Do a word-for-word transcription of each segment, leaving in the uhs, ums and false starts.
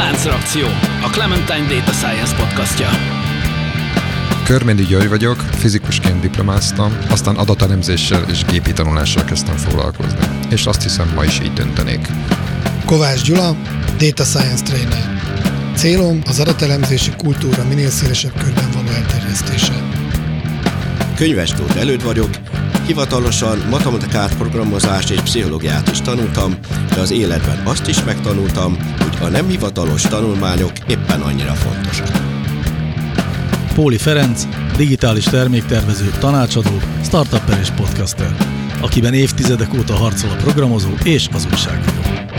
Láncreakció, a Clementine Data Science podcastja. Körméndi György vagyok, fizikusként diplomáztam, aztán adatelemzéssel és gépi tanulással kezdtem foglalkozni. És azt hiszem, ma is így döntenék. Kovács Gyula, Data Science Trainer. Célom az adatelemzési kultúra minél szélesebb körben való elterjesztése. Könyves Tóth Előd vagyok, hivatalosan matematikát, programozást és pszichológiát is tanultam, de az életben azt is megtanultam, hogy a nem hivatalos tanulmányok éppen annyira fontosak. Póli Ferenc, digitális terméktervező, tanácsadó, startupper és podcaster, akiben évtizedek óta harcol a programozó és az újságíró.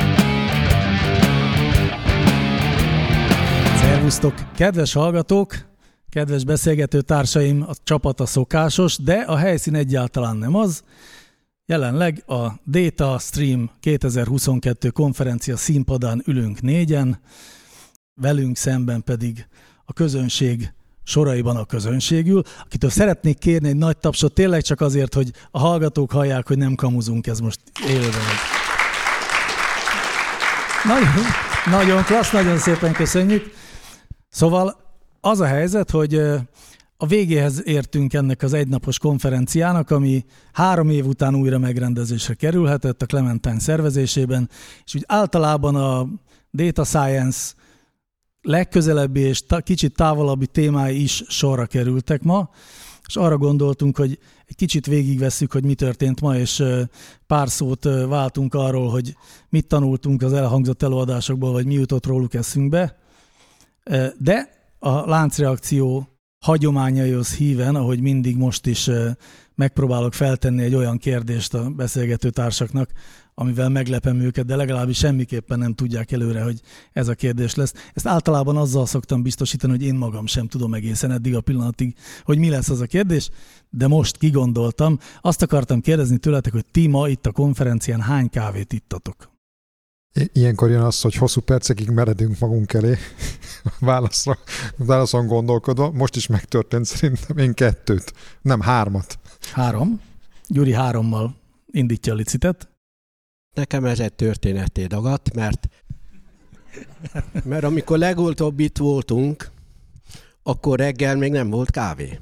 Szervusztok, kedves hallgatók, kedves beszélgető társaim, a csapat a szokásos, de a helyszín egyáltalán nem az. Jelenleg a Data Stream kétezer-huszonkettő konferencia színpadán ülünk négyen, velünk szemben pedig a közönség soraiban a közönségül, akitől szeretnék kérni egy nagy tapsot, tényleg csak azért, hogy a hallgatók hallják, hogy nem kamuzunk, ez most élőben. Nagyon, nagyon klassz, nagyon szépen köszönjük. Szóval az a helyzet, hogy a végéhez értünk ennek az egynapos konferenciának, ami három év után újra megrendezésre kerülhetett a Clementine szervezésében, és úgy általában a Data Science legközelebbi és ta- kicsit távolabbi témái is sorra kerültek ma, és arra gondoltunk, hogy egy kicsit végigvesszük, hogy mi történt ma, és pár szót váltunk arról, hogy mit tanultunk az elhangzott előadásokból, vagy mi jutott róluk eszünkbe. De a láncreakció hagyományaihoz híven, ahogy mindig most is megpróbálok feltenni egy olyan kérdést a beszélgető társaknak, amivel meglepem őket, de legalábbis semmiképpen nem tudják előre, hogy ez a kérdés lesz. Ezt általában azzal szoktam biztosítani, hogy én magam sem tudom egészen eddig a pillanatig, hogy mi lesz az a kérdés, de most kigondoltam. Azt akartam kérdezni tőletek, hogy ti ma itt a konferencián hány kávét ittatok? Ilyenkor jön az, hogy hosszú percekig meredünk magunk elé, válaszra, válaszon gondolkodva. Most is megtörtént szerintem, én kettőt, nem hármat. Három. Gyuri hárommal indítja a licitet. Nekem ez egy történetté dagadt, mert, mert amikor legutóbb itt voltunk, akkor reggel még nem volt kávé.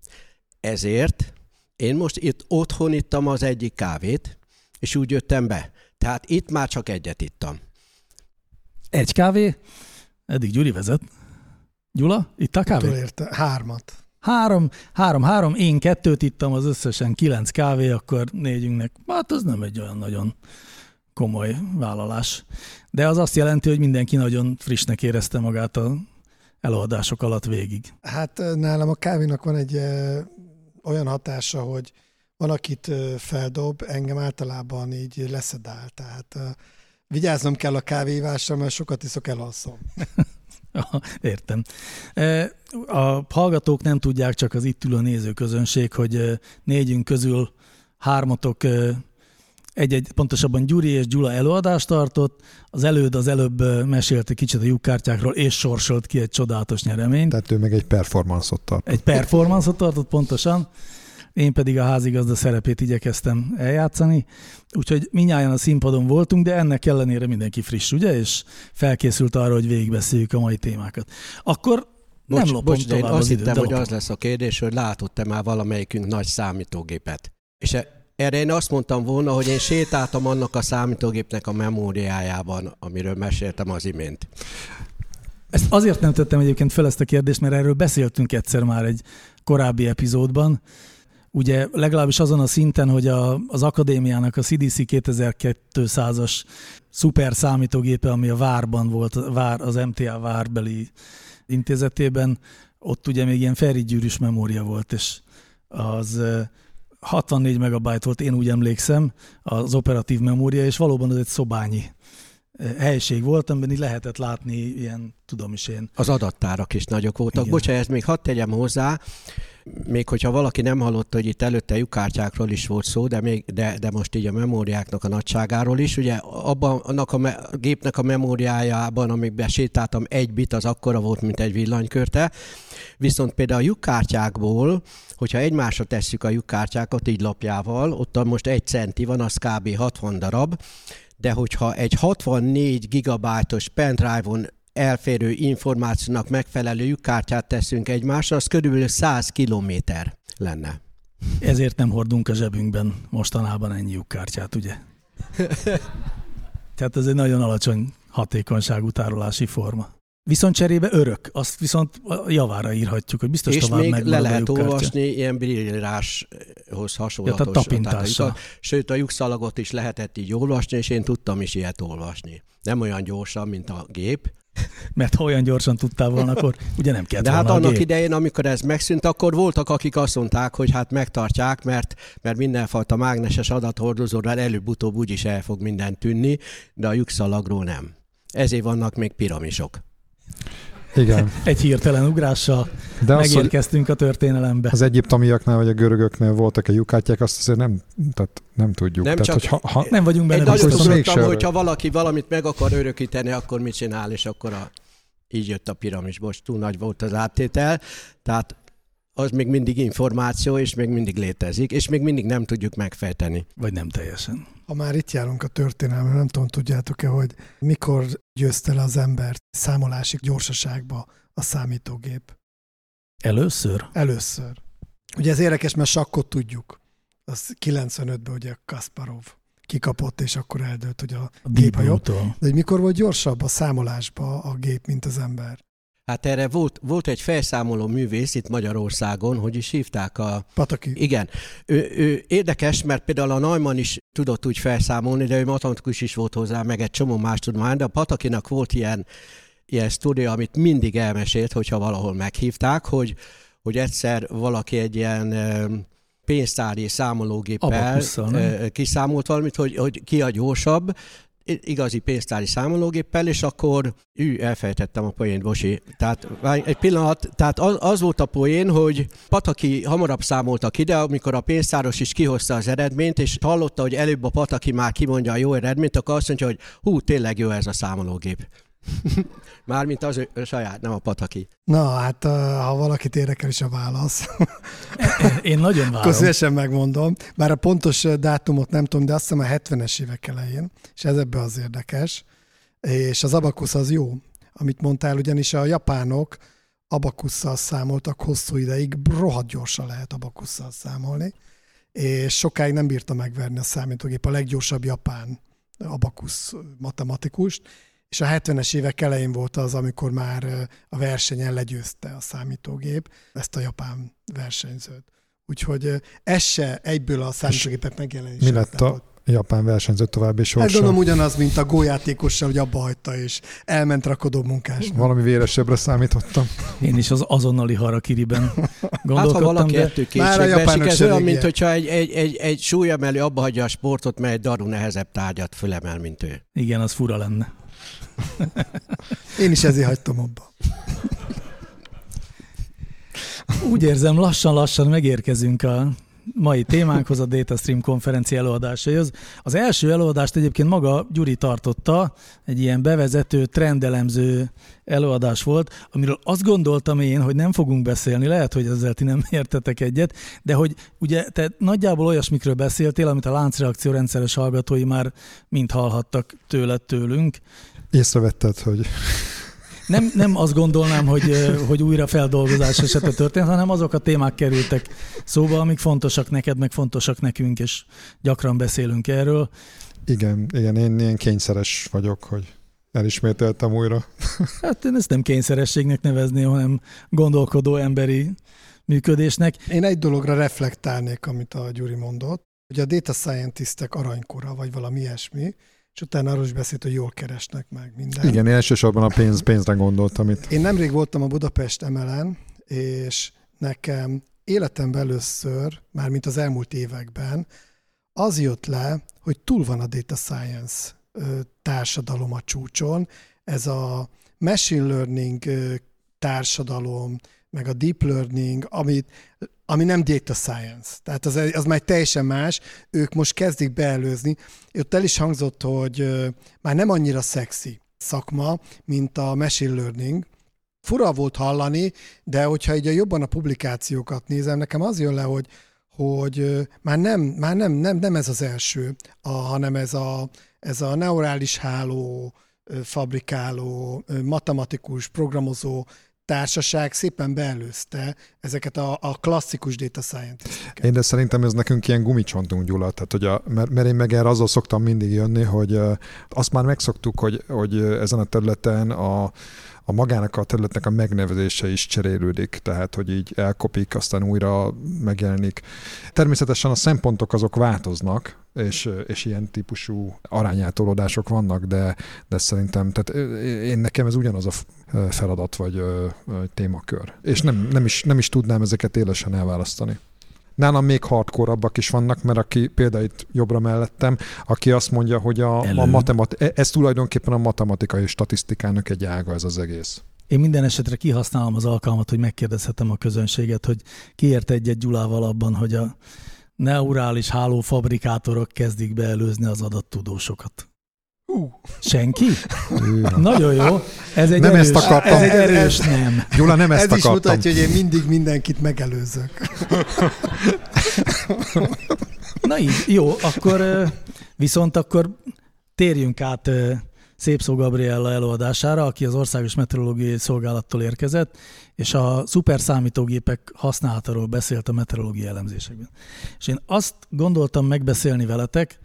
Ezért én most itt otthon ittam az egyik kávét, és úgy jöttem be. Tehát itt már csak egyet ittam. Egy kávé, eddig Gyuri vezet. Gyula, itt a kávé? Érte, hármat. Három, három, három, én kettőt ittam, az összesen kilenc kávé, akkor négyünknek. Hát az nem egy olyan nagyon komoly vállalás. De az azt jelenti, hogy mindenki nagyon frissnek érezte magát az előadások alatt végig. Hát nálam a kávénak van egy ö, olyan hatása, hogy van, akit ö, feldob, engem általában így leszedál. Tehát ö, vigyáznom kell a kávéívásra, mert sokat iszok, elalszom. Értem. A hallgatók nem tudják, csak az itt ülő nézőközönség, hogy négyünk közül hármatok egy-egy, pontosabban Gyuri és Gyula előadást tartott, az előd az előbb mesélte kicsit a lyukkártyákról, és sorsolt ki egy csodálatos nyereményt. Tehát ő meg egy performance-ot tartott. Egy performance-ot tartott, pontosan. Én pedig a házigazda szerepét igyekeztem eljátszani, úgyhogy mindnyájan a színpadon voltunk, de ennek ellenére mindenki friss, ugye? És felkészült arra, hogy végigbeszéljük a mai témákat. Akkor bocs, nem lopom bocs, tovább én azt az időt. hittem, hogy az lesz a kérdés, hogy látott-e már valamelyikünk nagy számítógépet. És erre én azt mondtam volna, hogy én sétáltam annak a számítógépnek a memóriájában, amiről meséltem az imént. Ezt azért nem tettem egyébként fel ezt a kérdést, mert erről beszéltünk egyszer már egy korábbi epizódban. Ugye legalábbis azon a szinten, hogy a, az akadémiának a cé dé cé kétezer-kétszázas szuper számítógépe, ami a várban volt, vár, az em té á várbeli intézetében, ott ugye még ilyen ferrigyűrűs memória volt, és az hatvannégy megabyte volt, én úgy emlékszem, az operatív memória, és valóban az egy szobányi helység volt, amiben így lehetett látni ilyen, tudom is én. Az adattárak is nagyok voltak. Bocsánat, ezt még hadd tegyem hozzá, még hogyha valaki nem hallotta, hogy itt előtte lyukkártyákról is volt szó, de, még, de, de most így a memóriáknak a nagyságáról is. Ugye abban annak a, me, a gépnek a memóriájában, amikben sétáltam, egy bit az akkora volt, mint egy villanykörte. Viszont például a lyukkártyákból, hogyha egymásra tesszük a lyukkártyákat így lapjával, ott most egy centi van, az kb. hatvan darab, de hogyha egy hatvannégy gigabájtos pendrive-on elférő információnak megfelelő lyukkártyát teszünk egymásra, az körülbelül száz kilométer lenne. Ezért nem hordunk a zsebünkben mostanában ennyi lyukkártyát, ugye? Tehát ez egy nagyon alacsony hatékonyságú tárolási forma. Viszont cserébe örök, azt viszont javára írhatjuk, hogy biztos és tovább még megmarad le a lehet lyukkártya. olvasni ilyen brillíráshoz hasonlatos. Ja, tehát tapintással. Tehát, sőt, a lyukszalagot is lehetett így olvasni, és én tudtam is ilyet olvasni. Nem olyan gyorsan, mint a gép. Mert ha olyan gyorsan tudtál volna, akkor ugye nem kellett De hát volna a annak gép. idején, amikor ez megszűnt, akkor voltak, akik azt mondták, hogy hát megtartják, mert, mert mindenfajta mágneses adathordozóról előbb-utóbb úgyis el fog minden tűnni, de a lyukszalagról nem. Ezért vannak még piramisok. Igen. Egy hirtelen ugrással De megérkeztünk az, a történelembe. Az egyiptomiaknál vagy a görögöknél voltak a lyukkártyák, azt azért nem, tehát nem tudjuk. Nem, tehát, csak hogy ha, ha, nem vagyunk benne. Egy nagyon biztosan. hogyha valaki valamit meg akar örökíteni, akkor mit csinál, és akkor a, így jött a piramis. Most túl nagy volt az áttétel, tehát az még mindig információ, és még mindig létezik, és még mindig nem tudjuk megfejteni. Vagy nem teljesen. Ha már itt járunk a történelmen, nem tudom, tudjátok-e, hogy mikor győzte le az embert számolási gyorsaságba a számítógép? Először? Először. Ugye ez érdekes, mert sakkot tudjuk. Az kilencvenötben ugye Kasparov kikapott, és akkor eldőlt, hogy a, a gép a jobb. De hogy mikor volt gyorsabb a számolásba a gép, mint az ember? Hát erre volt, volt egy felszámoló művész itt Magyarországon, hogy is hívták a... Pataki. Igen. Ő, ő érdekes, mert például a Neumann is tudott úgy felszámolni, de ő matematikus is volt hozzá, meg egy csomó más tudomány, de a Patakinak volt ilyen, ilyen sztória, amit mindig elmesélt, hogyha valahol meghívták, hogy, hogy egyszer valaki egy ilyen pénztári számológéppel Abakusszal, kiszámolt valamit, hogy, hogy ki a gyorsabb, igazi pénztári számológéppel, és akkor ő, elfejtettem a poént, bosi. Tehát egy pillanat, tehát az, az volt a poén, hogy Pataki hamarabb számoltak ide, amikor a pénztáros is kihozta az eredményt, és hallotta, hogy előbb a Pataki már kimondja a jó eredményt, akkor azt mondja, hogy hú, tényleg jó ez a számológép. Mármint az ő saját, nem a Pataki. Na, hát ha valakit érdekel is a válasz. Én nagyon várom. Akkor szívesen megmondom. Bár a pontos dátumot nem tudom, de azt hiszem a hetvenes évek elején, és ez ebbe az érdekes. És az abakusz az jó, amit mondtál, ugyanis a japánok abakusszal számoltak hosszú ideig, rohadt gyorsan lehet abakusszal számolni, és sokáig nem bírta megverni a számítógép a leggyorsabb japán abakusz matematikust, és a hetvenes évek elején volt az, amikor már a versenyen legyőzte a számítógép ezt a japán versenyzőt. Úgyhogy ez se egyből a számítógépek megjelenése. Mi lett a japán versenyző további sorsa? Hát gondolom ugyanaz, mint a gójátékossal, hogy abba hagyta, és elment rakodó munkás. Valami véresebbre számítottam. Én is az azonnali harakiriben gondolkodtam. Hát ha valaki de... ettől kétségbe esik, ez olyan, mint hogyha egy, egy, egy, egy súlyemelő abba hagyja a sportot, mert egy daru nehezebb tárgyat fölemel, mint ő. Igen, az fura lenne. Én is ezért hagytam abba. Úgy érzem, lassan-lassan megérkezünk a mai témánkhoz, a DataStream konferencia előadásaihoz. Az első előadást egyébként maga Gyuri tartotta, egy ilyen bevezető, trendelemző előadás volt, amiről azt gondoltam én, hogy nem fogunk beszélni, lehet, hogy ezzel ti nem értetek egyet, de hogy ugye te nagyjából olyasmikről beszéltél, amit a láncreakció rendszeres hallgatói már mind hallhattak tőled, tőlünk. Észrevetted, hogy... Nem, nem azt gondolnám, hogy, hogy újra feldolgozás esete történt, hanem azok a témák kerültek szóba, amik fontosak neked, meg fontosak nekünk, és gyakran beszélünk erről. Igen, igen, én ilyen kényszeres vagyok, hogy elismételtem újra. Hát én ezt nem kényszerességnek nevezném, hanem gondolkodó emberi működésnek. Én egy dologra reflektálnék, amit a Gyuri mondott, hogy a data scientistek aranykora, vagy valami ilyesmi, és utána arról is beszélt, hogy jól keresnek meg minden. Igen, én elsősorban a pénz, pénzre gondoltam itt. Én nemrég voltam a Budapest Emelen, és nekem életemben először, mármint az elmúlt években, az jött le, hogy túl van a data science társadalom a csúcson. Ez a machine learning társadalom, meg a deep learning, amit, ami nem data science. Tehát az, az már teljesen más, ők most kezdik beelőzni. Ott el is hangzott, hogy már nem annyira szexi szakma, mint a machine learning. Fura volt hallani, de hogyha így jobban a publikációkat nézem, nekem az jön le, hogy, hogy már, nem, már nem, nem, nem ez az első, a, hanem ez a, ez a neurális háló, fabrikáló, matematikus, programozó társaság szépen beelőzte ezeket a, a klasszikus data scientist-eket. Én de szerintem ez nekünk ilyen gumicsontunk, Gyula, tehát, hogy a, mert, mert én meg erre azzal szoktam mindig jönni, hogy azt már megszoktuk, hogy, hogy ezen a területen a a magának a területnek a megnevezése is cserélődik, tehát hogy így elkopik, aztán újra megjelenik. Természetesen a szempontok azok változnak, és, és ilyen típusú arányátolódások vannak, de, de szerintem, tehát én nekem ez ugyanaz a feladat vagy témakör. És nem, nem, is, nem is tudnám ezeket élesen elválasztani. Nálam még hardcore-abbak is vannak, mert aki például itt jobbra mellettem, aki azt mondja, hogy a, a matematika, ez tulajdonképpen a matematikai statisztikának egy ága ez az egész. Én minden esetre kihasználom az alkalmat, hogy megkérdezhetem a közönséget, hogy ki ért egyet Gyulával abban, hogy a neurális hálófabrikátorok kezdik beelőzni az adattudósokat. Uh. Senki? Nagyon jó. Ez egy nem erős, ezt akartam. Ez egy erős nem. Gyula, nem ezt ez akartam. Ez is mutatja, hogy én mindig mindenkit megelőzök. Na így, jó, akkor viszont akkor térjünk át Szépszó Gabriella előadására, aki az Országos Meteorológiai Szolgálattól érkezett, és a szuperszámítógépek használatáról beszélt a meteorológiai elemzésekben. És én azt gondoltam megbeszélni veletek,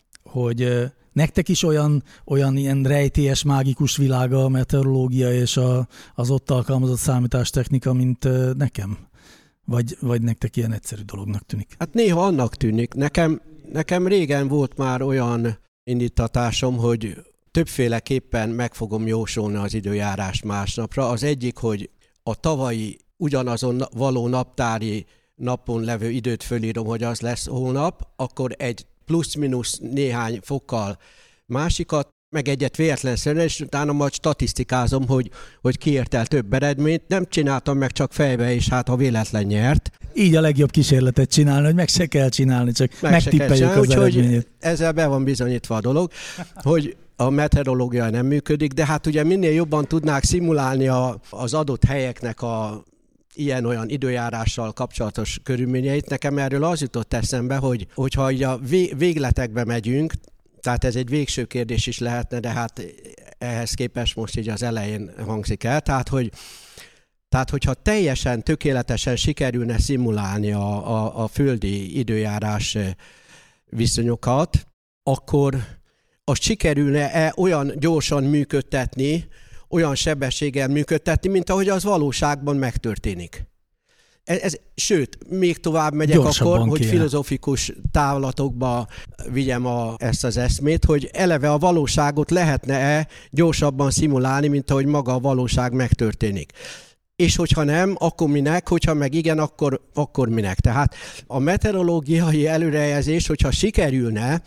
hogy nektek is olyan, olyan ilyen rejtélyes, mágikus világa a meteorológia és a, az ott alkalmazott számítástechnika, mint nekem? Vagy, vagy nektek ilyen egyszerű dolognak tűnik? Hát néha annak tűnik. Nekem, nekem régen volt már olyan indítatásom, hogy többféleképpen meg fogom jósolni az időjárás másnapra. Az egyik, hogy a tavalyi ugyanazon való naptári napon levő időt fölírom, hogy az lesz hónap, akkor egy plusz-minusz néhány fokkal másikat, meg egyet véletlenszerűen, és utána majd statisztikázom, hogy, hogy ki ért el több eredményt. Nem csináltam meg csak fejbe, és hát ha véletlen nyert. Így a legjobb kísérletet csinálni, hogy meg se kell csinálni, csak meg megtippeljük az eredményét. Ezzel be van bizonyítva a dolog, hogy a meteorológia nem működik, de hát ugye minél jobban tudnák szimulálni a, az adott helyeknek a ilyen-olyan időjárással kapcsolatos körülményeit. Nekem erről az jutott eszembe, hogy hogyha így a végletekbe megyünk, tehát ez egy végső kérdés is lehetne, de hát ehhez képest most így az elején hangzik el, tehát hogy Tehát, hogyha teljesen, tökéletesen sikerülne szimulálni a, a, a földi időjárás viszonyokat, akkor azt sikerülne-e olyan gyorsan működtetni, olyan sebességgel működtetni, mint ahogy az valóságban megtörténik. Ez, ez, sőt, még tovább megyek Gyorsabban akkor, kéne. Hogy filozófikus távlatokba vigyem a, ezt az eszmét, hogy eleve a valóságot lehetne-e gyorsabban szimulálni, mint ahogy maga a valóság megtörténik. És hogyha nem, akkor minek, hogyha meg igen, akkor, akkor minek. Tehát a meteorológiai előrejelzés, hogyha sikerülne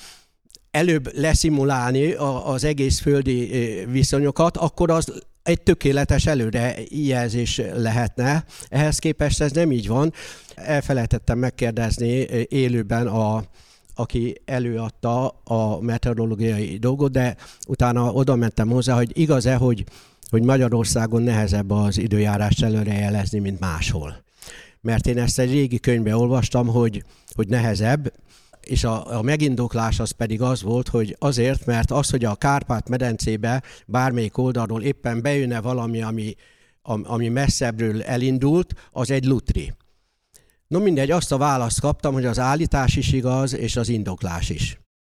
előbb leszimulálni az egész földi viszonyokat, akkor az egy tökéletes előrejelzés lehetne. Ehhez képest ez nem így van. Elfelejtettem megkérdezni élőben, a, aki előadta a meteorológiai dolgot, de utána oda mentem hozzá, hogy igaz-e, hogy hogy Magyarországon nehezebb az időjárást előrejelezni, mint máshol. Mert én ezt egy régi könyvben olvastam, hogy, hogy nehezebb, és a, a megindoklás az pedig az volt, hogy azért, mert az, hogy a Kárpát-medencébe bármelyik oldalról éppen bejönne valami, ami, ami messzebbről elindult, az egy lutri. No mindegy, azt a választ kaptam, hogy az állítás is igaz, és az indoklás is.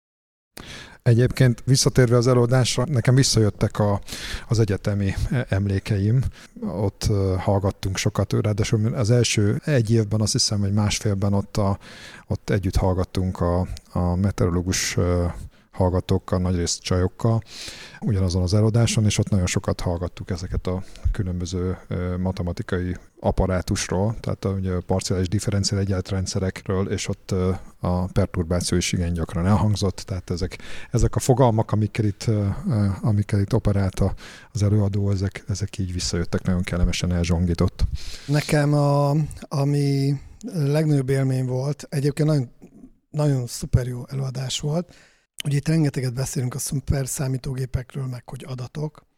Egyébként visszatérve az előadásra, nekem visszajöttek a, az egyetemi emlékeim. Ott hallgattunk sokat, ráadásul az első egy évben, azt hiszem, hogy másfélben ott, a, ott együtt hallgattunk a, a meteorológus hallgatókkal, nagyrészt csajokkal, ugyanazon az előadáson, és ott nagyon sokat hallgattuk ezeket a különböző matematikai apparátusról, tehát a, ugye, a parciális differenciál egyenletrendszerekről, és ott a perturbáció is igen gyakran elhangzott, tehát ezek, ezek a fogalmak, amikkel itt, amikkel itt operált az előadó, ezek, ezek így visszajöttek, nagyon kellemesen elzsongított. Nekem a, ami legnagyobb élmény volt, egyébként nagyon, nagyon szuper jó előadás volt. Ugye itt rengeteget beszélünk a szuper számítógépekről, meg hogy adatok,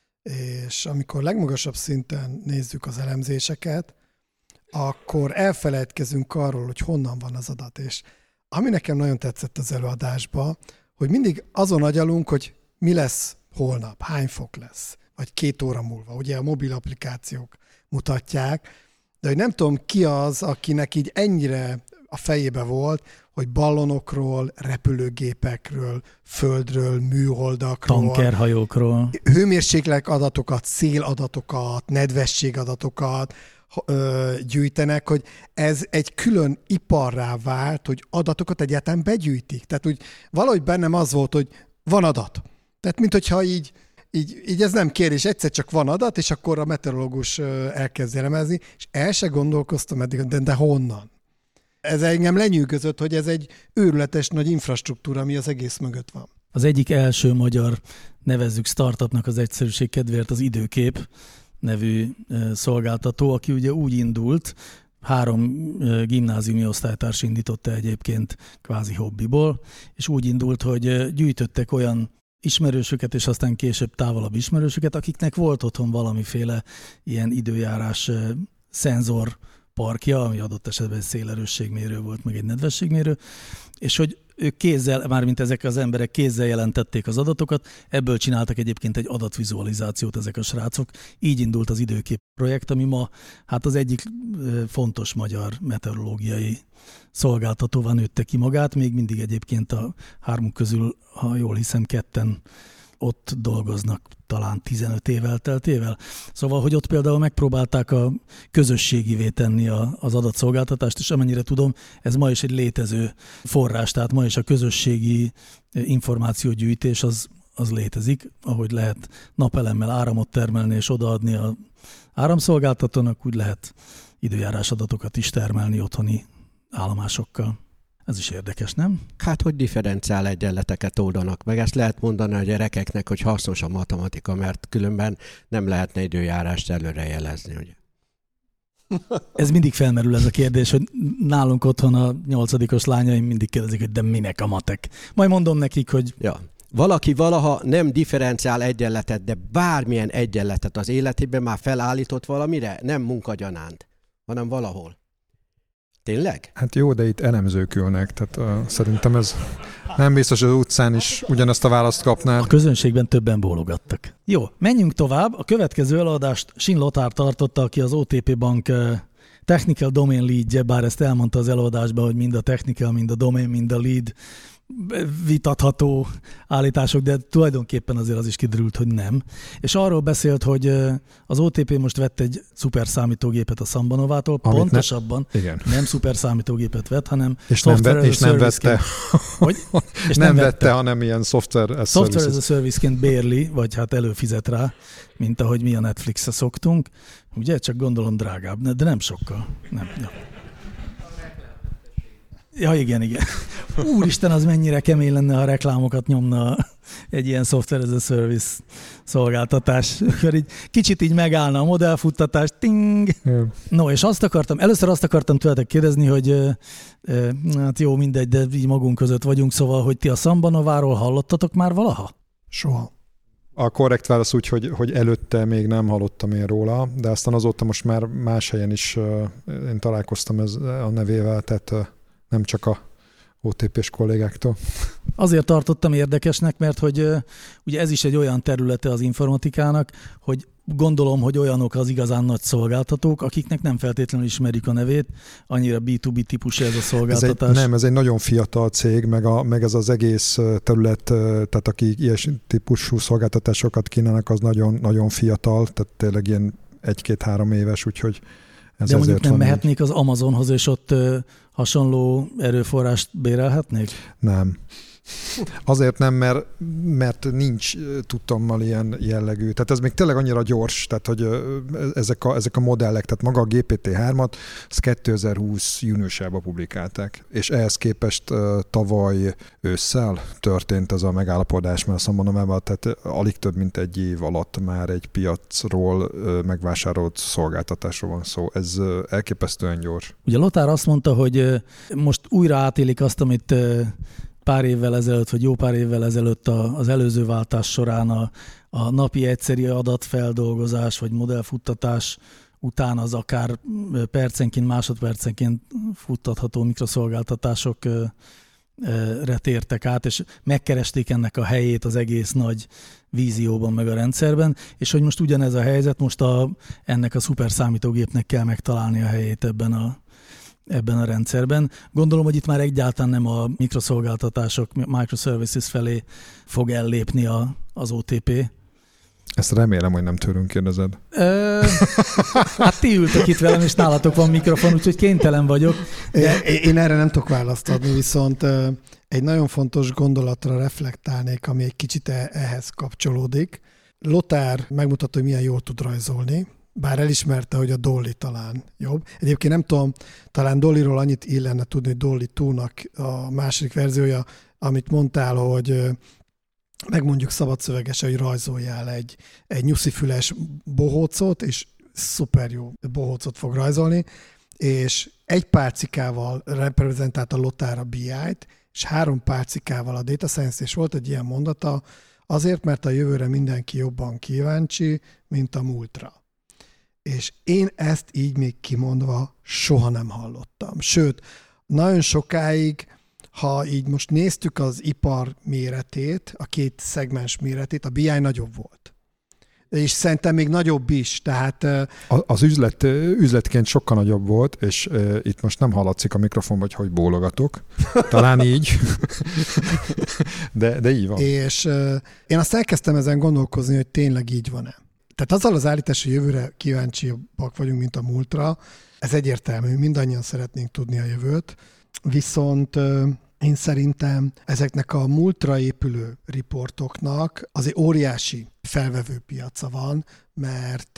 és amikor legmagasabb szinten nézzük az elemzéseket, akkor elfelejtkezünk arról, hogy honnan van az adat. És ami nekem nagyon tetszett az előadásban, hogy mindig azon agyalunk, hogy mi lesz holnap hány fok lesz, vagy két óra múlva. Ugye a mobil applikációk mutatják, de hogy nem tudom ki az, akinek így ennyire a fejébe volt, hogy ballonokról, repülőgépekről, földről, műholdakról, tankerhajókról, hőmérséklet adatokat, széladatokat, nedvesség adatokat ö, gyűjtenek, hogy ez egy külön iparrá vált, hogy adatokat egyáltalán begyűjtik. Tehát úgy valahogy bennem az volt, hogy van adat. Tehát mint hogyha így, így, így ez nem kérdés, egyszer csak van adat, és akkor a meteorológus elkezd elemezni, és el se gondolkoztam eddig, de, de honnan? Ez engem lenyűgözött, hogy ez egy őrületes nagy infrastruktúra, ami az egész mögött van. Az egyik első magyar, nevezzük startupnak az egyszerűség kedvéért, az Időkép nevű szolgáltató, aki ugye úgy indult, három gimnáziumi osztálytárs indította egyébként kvázi hobbiból, és úgy indult, hogy gyűjtöttek olyan ismerősöket, és aztán később távolabb ismerősöket, akiknek volt otthon valamiféle ilyen időjárás szenzor parkja, ami adott esetben egy szélerősségmérő volt, meg egy nedvességmérő, és hogy ők kézzel, mármint ezek az emberek kézzel jelentették az adatokat, ebből csináltak egyébként egy adatvizualizációt ezek a srácok. Így indult az Időkép projekt, ami ma hát az egyik fontos magyar meteorológiai szolgáltatóvá nőtte ki magát, még mindig egyébként a hármuk közül, ha jól hiszem, ketten ott dolgoznak talán tizenöt évvel teltével. Szóval, hogy ott például megpróbálták a közösségivé tenni a, az adatszolgáltatást, és amennyire tudom, ez ma is egy létező forrás, tehát ma is a közösségi információgyűjtés az, az létezik, ahogy lehet napelemmel áramot termelni és odaadni az áramszolgáltatónak, úgy lehet időjárás adatokat is termelni otthoni állomásokkal. Ez is érdekes, nem? Hát, hogy differenciál egyenleteket oldanak meg. Ezt lehet mondani a gyerekeknek, hogy hasznos a matematika, mert különben nem lehetne időjárást előrejelezni, ugye? Ez mindig felmerül ez a kérdés, hogy nálunk otthon a nyolcadikos lányaim mindig kérdezik, hogy de minek a matek. Majd mondom nekik, hogy... Ja. Valaki valaha nem differenciál egyenletet, de bármilyen egyenletet az életében már felállított valamire, nem munkagyanánt, hanem valahol. Tényleg? Hát jó, de itt elemzők ülnek, tehát uh, szerintem ez nem biztos, hogy az utcán is ugyanazt a választ kapnál. A közönségben többen bólogattak. Jó, menjünk tovább. A következő előadást Sin Lothar tartotta, aki az o té pé Bank uh, Technical Domain Leadje, bár ezt elmondta az előadásban, hogy mind a technical, mind a domain, mind a lead vitatható állítások, de tulajdonképpen azért az is kiderült, hogy nem. És arról beszélt, hogy az o té pé most vett egy szuper számítógépet a Sambanovától, amit pontosabban ne, igen. nem szuper számítógépet vett, hanem és nem, ve, és nem vette, hogy? És nem, nem vette, vette, hanem ilyen software as software as a service-ként bérli, vagy hát előfizet rá, mint ahogy mi a Netflixre szoktunk. Ugye, csak gondolom drágább, de nem sokkal. Nem, ja. Ja, igen, igen. Úristen, az mennyire kemény lenne, ha a reklámokat nyomna egy ilyen software as a service szolgáltatás. Akkor így kicsit így megállna a modellfuttatás, ting! Yeah. No, és azt akartam, először azt akartam tőletek kérdezni, hogy hát jó, mindegy, de így magunk között vagyunk, szóval, hogy ti a Szambanováról hallottatok már valaha? Soha. A korrekt válasz úgy, hogy, hogy előtte még nem hallottam én róla, de aztán azóta most már más helyen is én találkoztam ez a nevével, tehát nem csak a o té pés kollégáktól. Azért tartottam érdekesnek, mert hogy ugye ez is egy olyan területe az informatikának, hogy gondolom, hogy olyanok az igazán nagy szolgáltatók, akiknek nem feltétlenül ismerik a nevét, annyira bé kettő bé típusú ez a szolgáltatás. Ez egy, nem, ez egy nagyon fiatal cég, meg, a, meg ez az egész terület, tehát akik ilyen típusú szolgáltatásokat kínálnak, az nagyon, nagyon fiatal, tehát tényleg ilyen egy-két-három éves, úgyhogy ez de mondjuk nem mehetnék így. Az Amazonhoz, és ott ö, hasonló erőforrást bérelhetnék? Nem. Azért nem, mert, mert nincs tudtommal ilyen jellegű. Tehát ez még tényleg annyira gyors, tehát hogy ezek a, ezek a modellek, tehát maga a gé pé té hármat, ezt kétezer-húsz júniusában publikálták, és ehhez képest tavaly ősszel történt ez a megállapodás, mert azt mondom, tehát alig több mint egy év alatt már egy piacról megvásárolt szolgáltatásról van szó. Ez elképesztően gyors. Ugye Lothar azt mondta, hogy most újra átélik azt, amit pár évvel ezelőtt, vagy jó pár évvel ezelőtt az előző váltás során a, a napi egyszeri adatfeldolgozás, vagy modellfuttatás után az akár percenként, másodpercenként futtatható mikroszolgáltatások re tértek át, és megkeresték ennek a helyét az egész nagy vízióban, meg a rendszerben, és hogy most ugyanez a helyzet, most a, ennek a szuper számítógépnek kell megtalálni a helyét ebben a, ebben a rendszerben. Gondolom, hogy itt már egyáltalán nem a mikroszolgáltatások, microservices felé fog ellépni a, az o té pé. Ezt remélem, hogy nem tőlünk kérdezed. Ö, hát ti ültök itt velem, és nálatok van mikrofon, úgyhogy kénytelen vagyok. De... Én erre nem tudok választ adni, viszont egy nagyon fontos gondolatra reflektálnék, ami egy kicsit ehhez kapcsolódik. Lothar megmutatta, hogy milyen jól tud rajzolni, bár elismerte, hogy a Dolly talán jobb. Egyébként nem tudom, talán Dollyról annyit illene tudni, hogy Dolly kettőnek a második verziója, amit mondtál, hogy megmondjuk szabadszövegesen, hogy rajzoljál egy, egy nyuszifüles bohócot, és szuper jó bohócot fog rajzolni, és egy pálcikával reprezentálta Lothar a bé í-t, és három pálcikával a data science, és volt egy ilyen mondata, azért, mert a jövőre mindenki jobban kíváncsi, mint a múltra. És én ezt így még kimondva soha nem hallottam. Sőt, nagyon sokáig, ha így most néztük az ipar méretét, a két szegmens méretét, a bé í nagyobb volt. És szerintem még nagyobb is. Tehát, az üzlet, üzletként sokkal nagyobb volt, és uh, itt most nem hallatszik a mikrofon, vagy hogy bólogatok. Talán így. de, de így van. És uh, én azt elkezdtem ezen gondolkozni, hogy tényleg így van-e. Tehát azzal az állítás, hogy jövőre kíváncsiabbak vagyunk, mint a múltra, ez egyértelmű, mindannyian szeretnénk tudni a jövőt, viszont uh, én szerintem ezeknek a múltra épülő riportoknak azért óriási felvevő piaca van, mert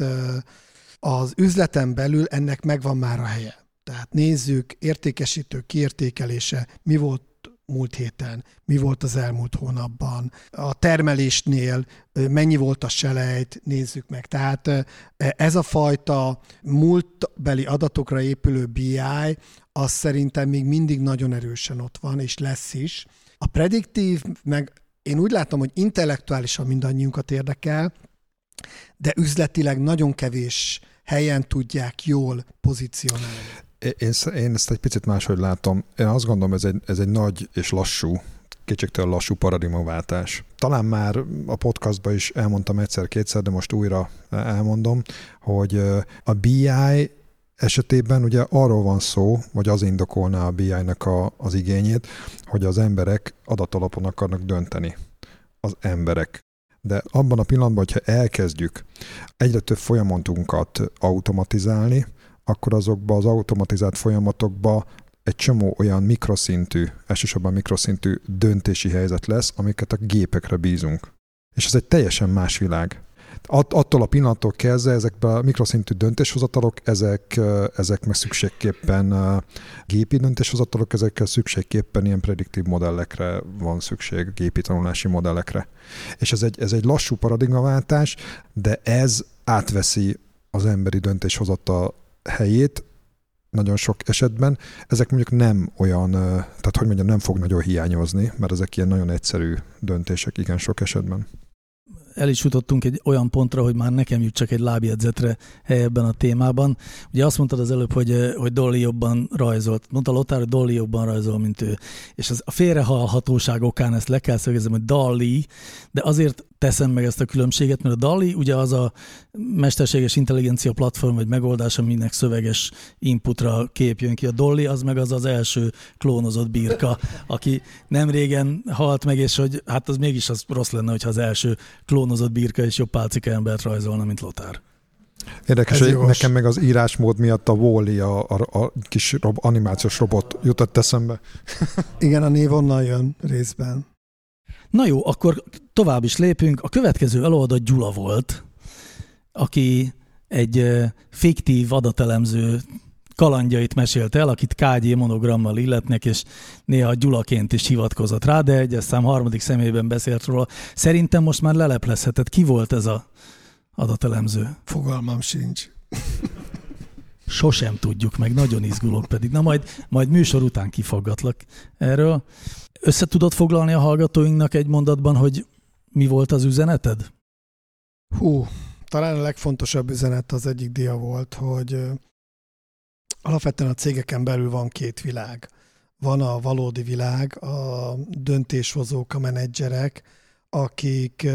az üzleten belül ennek megvan már a helye. Tehát nézzük, értékesítő kiértékelése, mi volt múlt héten, mi volt az elmúlt hónapban, a termelésnél mennyi volt a selejt, nézzük meg. Tehát ez a fajta múltbeli adatokra épülő bé í, az szerintem még mindig nagyon erősen ott van, és lesz is. A prediktív, meg én úgy látom, hogy intellektuálisan mindannyiunkat érdekel, de üzletileg nagyon kevés helyen tudják jól pozícionálni. Én, én ezt egy picit máshogy látom. Én azt gondolom, ez egy, ez egy nagy és lassú, kétségtelen lassú paradigmaváltás. Talán már a podcastban is elmondtam egyszer-kétszer, de most újra elmondom, hogy a bé í esetében ugye arról van szó, vagy az indokolná a bé í-nek a, az igényét, hogy az emberek adatalapon akarnak dönteni. Az emberek. De abban a pillanatban, hogyha elkezdjük egyre több folyamatunkat automatizálni, akkor azokba az automatizált folyamatokba egy csomó olyan mikroszintű, elsősorban mikroszintű döntési helyzet lesz, amiket a gépekre bízunk. És ez egy teljesen más világ. Att, attól a pillanattól kezdve ezekben a mikroszintű döntéshozatalok, ezek, ezek meg szükségképpen gépi döntéshozatalok, ezekkel szükségképpen ilyen prediktív modellekre van szükség, gépi tanulási modellekre. És ez egy, ez egy lassú paradigmaváltás, de ez átveszi az emberi döntéshozatal helyét nagyon sok esetben. Ezek mondjuk nem olyan, tehát hogy mondjam, nem fog nagyon hiányozni, mert ezek ilyen nagyon egyszerű döntések igen sok esetben. El is jutottunk egy olyan pontra, hogy már nekem jut csak egy lábjegyzetre hely ebben a témában. Ugye azt mondtad az előbb, hogy, hogy Dolly jobban rajzolt. Mondta Lothar, hogy Dolly jobban rajzol, mint ő. És az, a félrehallhatóság okán ezt le kell szögezem, hogy Dolly, de azért teszem meg ezt a különbséget, mert a Dolly ugye az a mesterséges intelligencia platform vagy megoldás, aminek szöveges inputra kép jön ki. A Dolly az meg az az első klónozott birka, aki nem régen halt meg, és hogy hát az mégis az rossz lenne, hogyha az első klónozott birka és jobb pálcika embert rajzolna, mint Lothar. Érdekes, hogy nekem meg az írásmód miatt a Wall-E, a, a, a kis rob, animációs robot jutott eszembe. Igen, a név onnan jön részben. Na jó, akkor tovább is lépünk. A következő előadó Gyula volt, aki egy fiktív adatelemző kalandjait mesélt el, akit ká gé monogrammal illetnek, és néha Gyulaként is hivatkozott rá, de egyes szám harmadik személyben beszélt róla. Szerintem most már leleplezheted. Ki volt ez a adatelemző? Fogalmam sincs. Sosem tudjuk meg, nagyon izgulok pedig. Na majd, majd műsor után kifaggatlak erről. Össze tudod foglalni a hallgatóinknak egy mondatban, hogy mi volt az üzeneted? Hú, talán a legfontosabb üzenet az egyik dia volt, hogy alapvetően a cégeken belül van két világ. van a valódi világ, a döntéshozók, a menedzserek, akik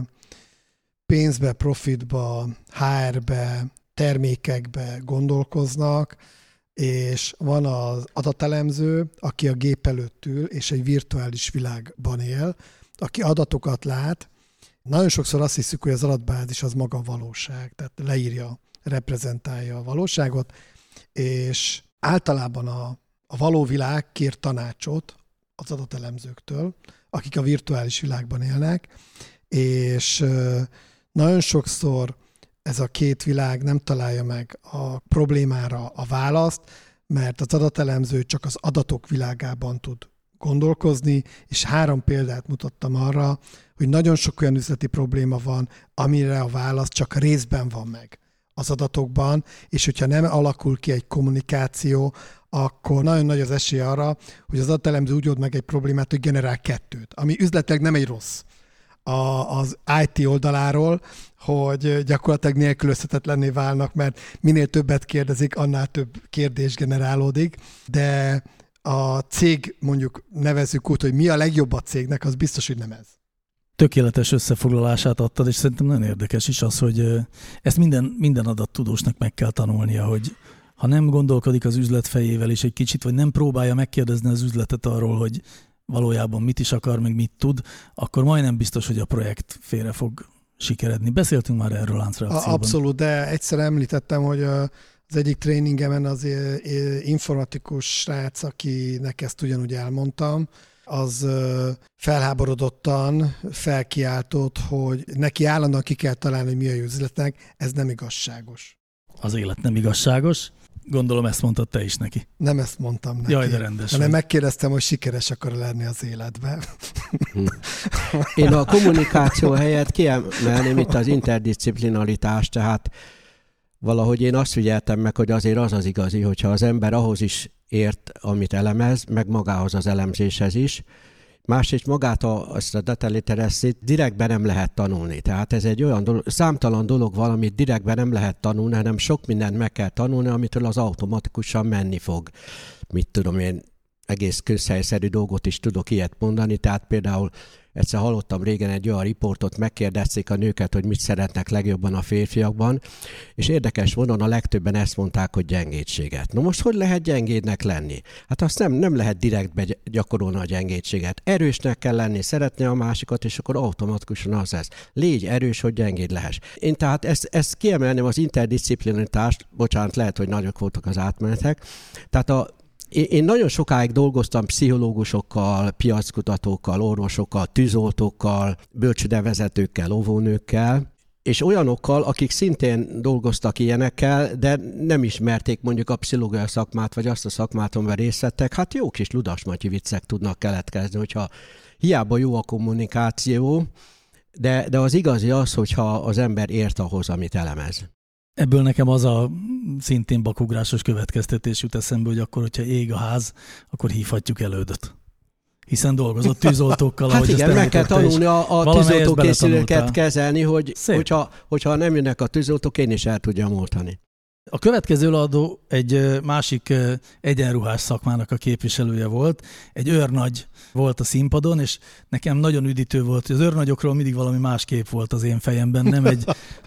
pénzbe, profitba, há er-be, termékekbe gondolkoznak, és van az adatelemző, aki a gép előtt ül, és egy virtuális világban él, aki adatokat lát. Nagyon sokszor azt hiszük, hogy az adatbázis az maga a valóság, tehát leírja, reprezentálja a valóságot, és általában a, a való világ kér tanácsot az adatelemzőktől, akik a virtuális világban élnek, és nagyon sokszor ez a két világ nem találja meg a problémára a választ, mert az adatelemző csak az adatok világában tud gondolkozni, és három példát mutattam arra, hogy nagyon sok olyan üzleti probléma van, amire a válasz csak részben van meg az adatokban, és hogyha nem alakul ki egy kommunikáció, akkor nagyon nagy az esély arra, hogy az adatelemző úgy old meg egy problémát, hogy generál kettőt, ami üzletileg nem egy rossz a, az i té oldaláról, hogy gyakorlatilag nélkülözhetetlenné válnak, mert minél többet kérdezik, annál több kérdés generálódik, de a cég, mondjuk nevezzük úgy, hogy mi a legjobb a cégnek, az biztos, hogy nem ez. Tökéletes összefoglalását adtad, és szerintem nagyon érdekes is az, hogy ezt minden, minden adattudósnak meg kell tanulnia, hogy ha nem gondolkodik az üzlet fejével is egy kicsit, vagy nem próbálja megkérdezni az üzletet arról, hogy valójában mit is akar, meg mit tud, akkor majdnem biztos, hogy a projekt félre fog sikeredni. Beszéltünk már erről láncreakcióban. Abszolút, de egyszer említettem, hogy az egyik tréningemen az informatikus srác, akinek ezt ugyanúgy elmondtam, az felháborodottan felkiáltott, hogy neki állandóan ki kell találni, hogy mi a jó üzletnek, ez nem igazságos. Az élet nem igazságos. Gondolom ezt mondtad te is neki. Nem ezt mondtam neki. Jaj, de rendes. Hanem megkérdeztem, hogy sikeres akar lenni az életben. Én a kommunikáció helyett kiemelném itt az interdisciplinaritást, tehát valahogy én azt figyeltem meg, hogy azért az az igazi, hogyha az ember ahhoz is ért, amit elemez, meg magához az elemzéshez is. Másrészt magát a, azt a data literacy direktben nem lehet tanulni. Tehát ez egy olyan dolog, számtalan dolog valamit direktben nem lehet tanulni, hanem sok mindent meg kell tanulni, amitől az automatikusan menni fog. Mit tudom én, egész közhelyszerű dolgot is tudok ilyet mondani, tehát például egyszer hallottam régen egy olyan riportot, megkérdezték a nőket, hogy mit szeretnek legjobban a férfiakban, és érdekes módon a legtöbben ezt mondták, hogy gyengétséget. No most hogy lehet gyengédnek lenni? Hát azt nem, nem lehet direktbe gyakorolni a gyengétséget. Erősnek kell lenni, szeretni a másikat, és akkor automatikusan az lesz. Légy erős, hogy gyengéd lehess. Én tehát ezt, ezt kiemelném az interdiszciplinaritást, bocsánat, lehet, hogy nagyok voltak az átmenetek. Tehát a Én nagyon sokáig dolgoztam pszichológusokkal, piackutatókkal, orvosokkal, tűzoltókkal, bölcsődevezetőkkel, óvónőkkel, és olyanokkal, akik szintén dolgoztak ilyenekkel, de nem ismerték mondjuk a pszichológia szakmát, vagy azt a szakmát, amiben részt vettek. Hát jó kis ludasmatyi viccek tudnak keletkezni, hogyha hiába jó a kommunikáció, de, de az igazi az, hogyha az ember ért ahhoz, amit elemez. Ebből nekem az a szintén bakugrásos következtetés jut eszembe, hogy akkor, hogyha ég a ház, akkor hívhatjuk elődöt. Hiszen dolgozott tűzoltókkal, hát ahogy igen, meg kell tanulni a, a tűzoltókészülőket kezelni, hogy, hogyha, hogyha nem jönnek a tűzoltók, én is el tudjam oltani. A következő előadó egy másik egyenruhás szakmának a képviselője volt. Egy őrnagy volt a színpadon, és nekem nagyon üdítő volt, hogy az őrnagyokról mindig valami más kép volt az én fejemben, nem egy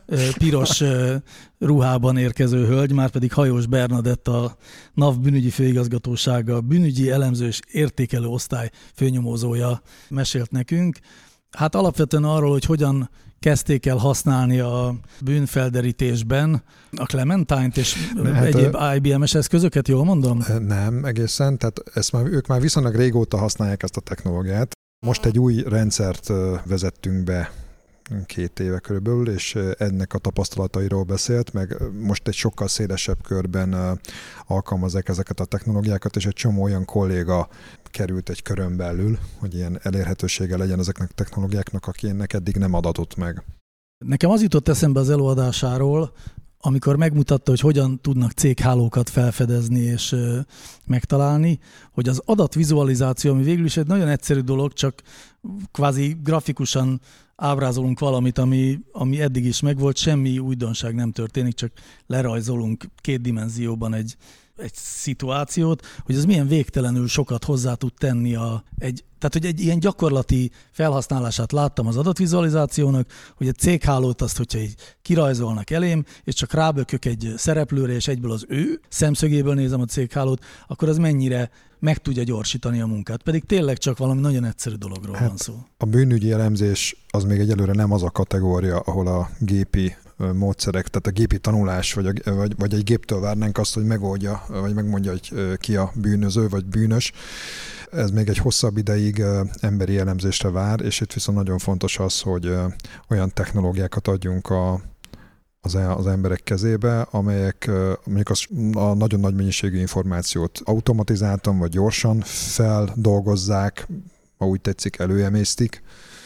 piros ruhában érkező hölgy, már pedig Hajós Bernadett, a NAV bűnügyi főigazgatósága, bűnügyi elemző és értékelő osztály főnyomozója mesélt nekünk. Hát alapvetően arról, hogy hogyan kezdték el használni a bűnfelderítésben a Clementine-t és hát egyéb i bé em-es eszközöket, jól mondom? Nem, egészen, tehát ezt már, ők már viszonylag régóta használják ezt a technológiát. Most egy új rendszert vezettünk be két éve körülbelül, és ennek a tapasztalatairól beszélt, meg most egy sokkal szélesebb körben alkalmazzák ezeket a technológiákat, és egy csomó olyan kolléga került egy körön belül, hogy ilyen elérhetősége legyen ezeknek a technológiáknak, akinek eddig nem adatott meg. Nekem az jutott eszembe az előadásáról, amikor megmutatta, hogy hogyan tudnak céghálókat felfedezni és megtalálni, hogy az adatvizualizáció, ami végül is egy nagyon egyszerű dolog, csak kvázi grafikusan ábrázolunk valamit, ami, ami eddig is megvolt, semmi újdonság nem történik, csak lerajzolunk két dimenzióban egy egy szituációt, hogy ez milyen végtelenül sokat hozzá tud tenni a, egy, tehát hogy egy ilyen gyakorlati felhasználását láttam az adatvizualizációnak, hogy egy céghálót azt, hogyha így kirajzolnak elém, és csak rábökök egy szereplőre, és egyből az ő szemszögéből nézem a céghálót, akkor az mennyire meg tudja gyorsítani a munkát. Pedig tényleg csak valami nagyon egyszerű dologról hát van szó. A bűnügyi elemzés az még egyelőre nem az a kategória, ahol a gépi módszerek, tehát a gépi tanulás, vagy, a, vagy, vagy egy géptől várnánk azt, hogy megoldja, vagy megmondja, hogy ki a bűnöző, vagy bűnös. Ez még egy hosszabb ideig emberi elemzésre vár, és itt viszont nagyon fontos az, hogy olyan technológiákat adjunk a, az, az emberek kezébe, amelyek mondjuk az, a nagyon nagy mennyiségű információt automatizáltan, vagy gyorsan feldolgozzák, ha úgy tetszik, előemésztik,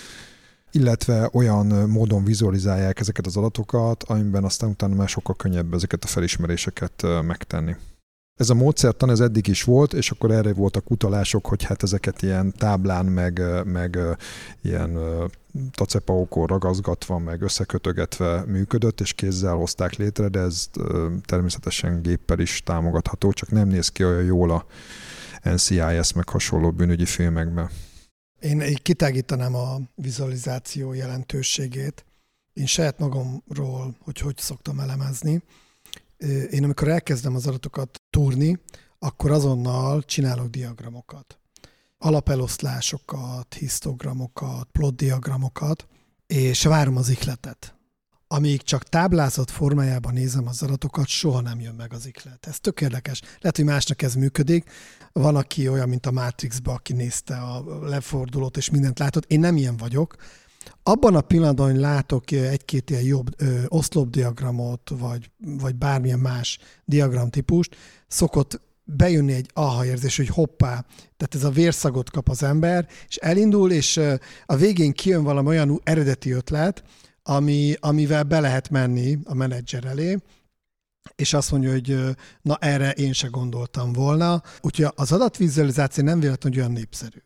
illetve olyan módon vizualizálják ezeket az adatokat, amiben aztán utána már sokkal könnyebb ezeket a felismeréseket megtenni. Ez a módszertan ez eddig is volt, és akkor erre voltak utalások, hogy hát ezeket ilyen táblán, meg, meg ilyen tacepaókon ragaszgatva, meg összekötögetve működött, és kézzel hozták létre, de ez természetesen géppel is támogatható, csak nem néz ki olyan jól a en cé i es meg hasonló bűnügyi filmekben. Én így kitágítanám a vizualizáció jelentőségét. Én saját magamról, hogy hogy szoktam elemezni. Én amikor elkezdem az adatokat túrni, akkor azonnal csinálok diagramokat. Alapeloszlásokat, hisztogramokat, plot diagramokat, és várom az ihletet. Amíg csak táblázat formájában nézem az adatokat, soha nem jön meg az ihlet. Ez tök érdekes. Lehet, hogy másnak ez működik. Van, aki olyan, mint a Matrixba, aki nézte a lefordulót, és mindent látott. Én nem ilyen vagyok. Abban a pillanatban, hogy látok egy-két ilyen jobb ö, oszlopdiagramot, vagy, vagy bármilyen más diagramtípust, szokott bejönni egy aha érzés, hogy hoppá, tehát ez a vérszagot kap az ember, és elindul, és a végén kijön valami olyan eredeti ötlet, ami, amivel be lehet menni a menedzser elé, és azt mondja, hogy na erre én se gondoltam volna. Úgyhogy az adatvizualizáció nem véletlenül olyan népszerű,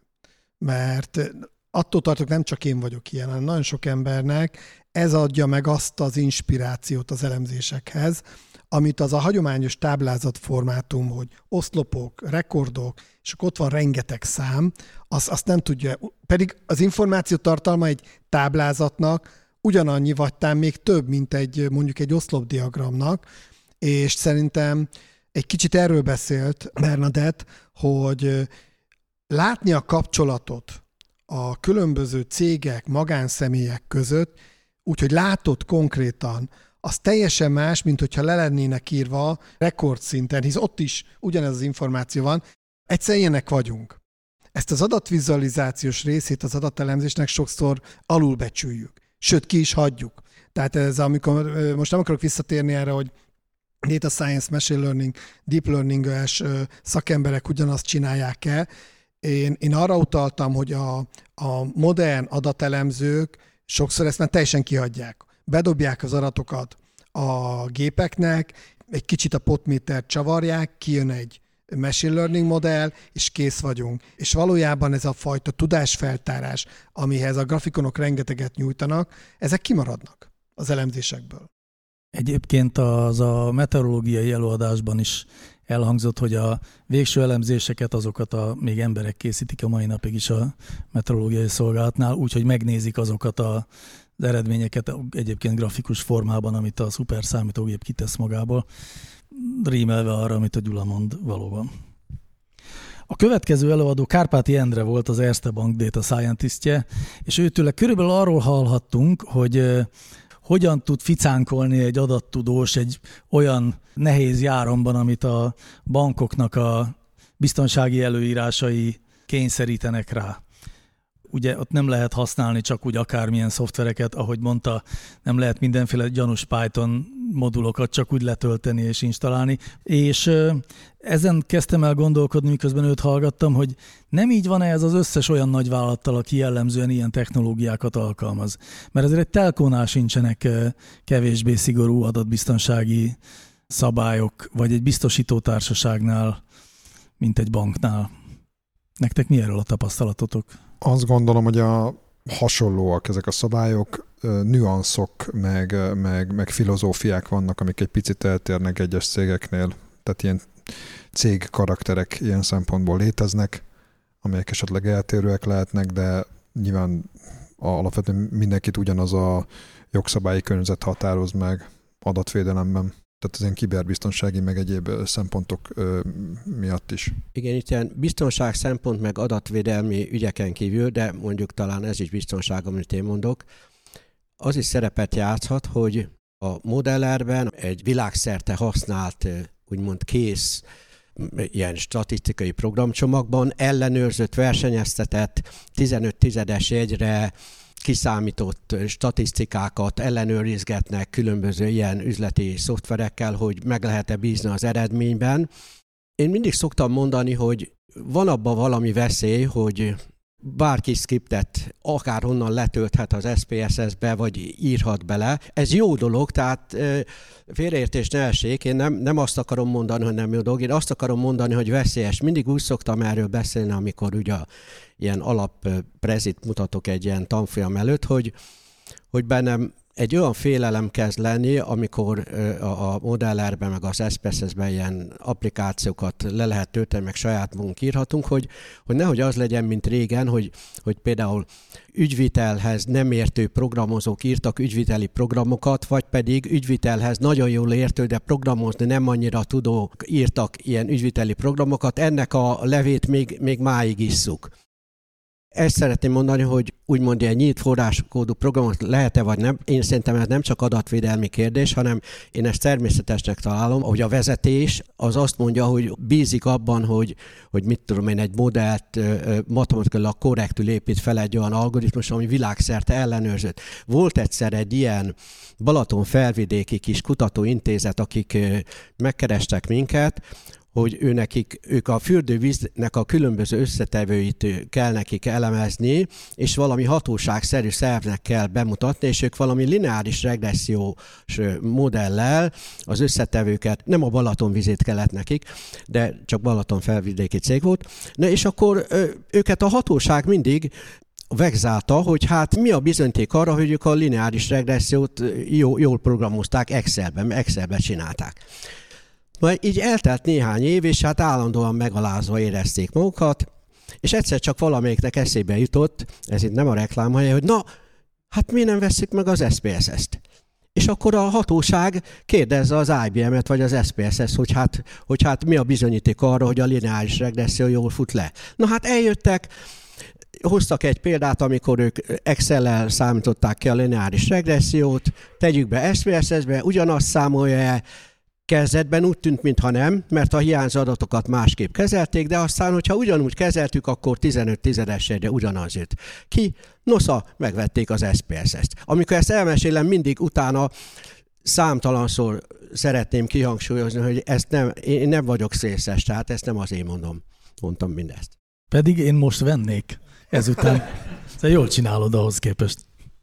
mert attól tartok, nem csak én vagyok ilyen, hanem nagyon sok embernek ez adja meg azt az inspirációt az elemzésekhez, amit az a hagyományos táblázatformátum, hogy oszlopok, rekordok, és akkor ott van rengeteg szám, azt, azt nem tudja. Pedig az információ tartalma egy táblázatnak ugyanannyi, vagy talán még több, mint egy mondjuk egy oszlopdiagramnak, és szerintem egy kicsit erről beszélt Bernadett, hogy látni a kapcsolatot a különböző cégek, magánszemélyek között, úgyhogy látod konkrétan, az teljesen más, mint hogyha le lennének írva rekordszinten, hisz ott is ugyanez az információ van. Egyszerűen ilyenek vagyunk. Ezt az adatvizualizációs részét az adatelemzésnek sokszor alulbecsüljük, sőt ki is hagyjuk. Tehát ez amikor, most nem akarok visszatérni erre, hogy data science, machine learning, deep learning-es szakemberek ugyanazt csinálják-e. Én, én arra utaltam, hogy a, a modern adatelemzők sokszor ezt már teljesen kihagyják. Bedobják az adatokat a gépeknek, egy kicsit a potmétert csavarják, kijön egy machine learning modell, és kész vagyunk. És valójában ez a fajta tudásfeltárás, amihez a grafikonok rengeteget nyújtanak, ezek kimaradnak az elemzésekből. Egyébként az a meteorológiai előadásban is elhangzott, hogy a végső elemzéseket azokat a még emberek készítik a mai napig is a meteorológiai szolgálatnál, úgyhogy megnézik azokat a az eredményeket egyébként grafikus formában, amit a szuper számítógép kitesz magából, rímelve arra, amit a Gyula mond valóban. A következő előadó Kárpáti Endre volt az Erste Bank Data Scientistje, és őtőle körülbelül arról hallhattunk, hogy hogyan tud ficánkolni egy adattudós egy olyan nehéz járomban, amit a bankoknak a biztonsági előírásai kényszerítenek rá. Ugye ott nem lehet használni csak úgy akármilyen szoftvereket, ahogy mondta, nem lehet mindenféle gyanús Python modulokat csak úgy letölteni és installálni. És ezen kezdtem el gondolkodni, miközben őt hallgattam, hogy nem így van-e ez az összes olyan nagyvállalattal, aki jellemzően ilyen technológiákat alkalmaz. Mert azért egy telkónál sincsenek kevésbé szigorú adatbiztonsági szabályok, vagy egy biztosítótársaságnál, mint egy banknál. Nektek mi erről a tapasztalatotok? Azt gondolom, hogy a hasonlóak ezek a szabályok, nüanszok, meg, meg, meg filozófiák vannak, amik egy picit eltérnek egyes cégeknél. Tehát ilyen cég karakterek ilyen szempontból léteznek, amelyek esetleg eltérőek lehetnek, de nyilván alapvetően mindenkit ugyanaz a jogszabályi környezet határoz meg adatvédelemben. Tehát az ilyen kiberbiztonsági meg egyéb szempontok ö, miatt is. Igen, itt ilyen biztonság szempont meg adatvédelmi ügyeken kívül, de mondjuk talán ez is biztonság, amit én mondok, az is szerepet játszhat, hogy a modellerben egy világszerte használt, úgymond kész, ilyen statisztikai programcsomagban ellenőrzött, versenyeztetett tizenöt tizedes jegyre kiszámított statisztikákat ellenőrizgetnek különböző ilyen üzleti szoftverekkel, hogy meg lehet-e bízni az eredményben. Én mindig szoktam mondani, hogy van abban valami veszély, hogy bárki skriptet akárhonnan letölthet az es pé es es-be, vagy írhat bele. Ez jó dolog, tehát félreértés ne essék. Én nem, nem azt akarom mondani, hogy nem jó dolog. Én azt akarom mondani, hogy veszélyes. Mindig úgy szoktam erről beszélni, amikor ugye ilyen alapprezit mutatok egy ilyen tanfolyam előtt, hogy, hogy bennem egy olyan félelem kezd lenni, amikor a modellerben, meg az es pé es es-ben ilyen applikációkat le lehet tölteni, meg saját magunk írhatunk, hogy, hogy nehogy az legyen, mint régen, hogy, hogy például ügyvitelhez nem értő programozók írtak ügyviteli programokat, vagy pedig ügyvitelhez nagyon jól értő, de programozni nem annyira tudók írtak ilyen ügyviteli programokat. Ennek a levét még, még máig isszuk. Ezt szeretném mondani, hogy úgymond ilyen nyílt forráskódú programot lehet-e vagy nem. Én szerintem ez nem csak adatvédelmi kérdés, hanem én ezt természetesnek találom, hogy a vezetés az azt mondja, hogy bízik abban, hogy, hogy mit tudom én, egy modellt matematikailag korrektül épít fel egy olyan algoritmus, ami világszerte ellenőrzött. Volt egyszer egy ilyen Balaton felvidéki kis kutatóintézet, akik megkerestek minket, hogy ő nekik, ők a fürdővíznek a különböző összetevőit kell nekik elemezni, és valami hatóságszerű szervnek kell bemutatni, és ők valami lineáris regressziós modellel az összetevőket, nem a Balaton vizét kellett nekik, de csak Balaton felvidéki cég volt. Na és akkor őket a hatóság mindig vegzálta, hogy hát mi a bizonyíték arra, hogy ők a lineáris regressziót jól programozták Excelben, Excelben csinálták. Majd így eltelt néhány év, és hát állandóan megalázva érezték magukat, és egyszer csak valamelyiknek eszébe jutott, ez itt nem a reklámhelye, hogy na, hát mi nem veszik meg az es pé es es-t? És akkor a hatóság kérdezze az i bé em-et vagy az es pé es es-t, hogy hát, hogy hát mi a bizonyíték arra, hogy a lineáris regresszió jól fut le. Na hát eljöttek, hoztak egy példát, amikor ők Excel-lel számították ki a lineáris regressziót, tegyük be es pé es es-be, ugyanazt számolja. Kezdetben úgy tűnt, mintha nem, mert a hiányzó adatokat másképp kezelték, de aztán, hogyha ugyanúgy kezeltük, akkor tizenöt tizedes jegyre ugyanaz jött ki. Nosza, megvették az es pé es es-t. Amikor ezt elmesélem, mindig utána számtalanszor szeretném kihangsúlyozni, hogy ezt nem, én nem vagyok szélszes, tehát ezt nem az én mondom. Mondtam mindezt. Pedig én most vennék ezután. Szóval jól csinálod ahhoz képest.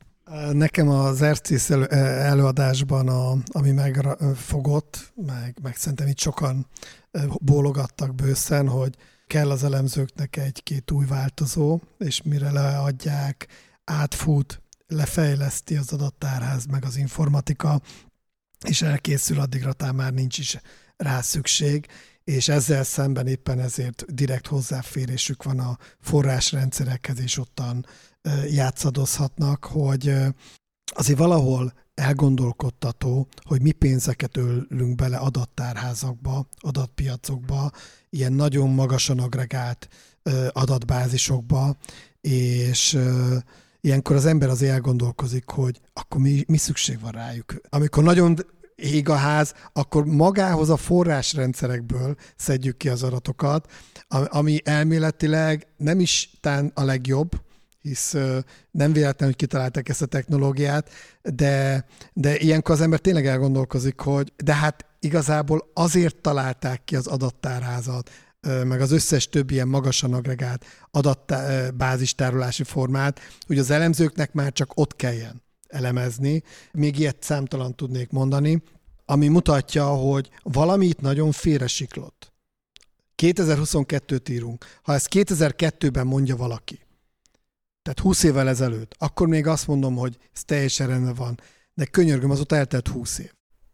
Nekem az Ercész előadásban, a, ami megfogott, meg, meg szerintem itt sokan bólogattak bőszen, hogy kell az elemzőknek egy-két új változó, és mire leadják, átfut, lefejleszti az adattárház, meg az informatika, és elkészül, addigra talán már nincs is rá szükség, és ezzel szemben éppen ezért direkt hozzáférésük van a forrásrendszerekhez, és ottan játszadozhatnak, hogy azért valahol elgondolkodtató, hogy mi pénzeket ölünk bele adattárházakba, adatpiacokba, ilyen nagyon magasan agregált adatbázisokba, és ilyenkor az ember azért elgondolkozik, hogy akkor mi, mi szükség van rájuk. Amikor nagyon ég a ház, akkor magához a forrásrendszerekből szedjük ki az adatokat, ami elméletileg nem is tán a legjobb, hisz nem véletlen, hogy kitalálták ezt a technológiát, de, de ilyenkor az ember tényleg elgondolkozik, hogy de hát igazából azért találták ki az adattárházat, meg az összes több ilyen magasan agregált adatbázistárolási formát, hogy az elemzőknek már csak ott kelljen elemezni. Még ilyet számtalan tudnék mondani, ami mutatja, hogy valami itt nagyon félresiklott. kétezer-huszonkettőt írunk. Ha ezt kétezer-kettőben mondja valaki, tehát húsz évvel ezelőtt, akkor még azt mondom, hogy ez teljesen rendben van, de könyörgöm, azóta eltelt húsz év.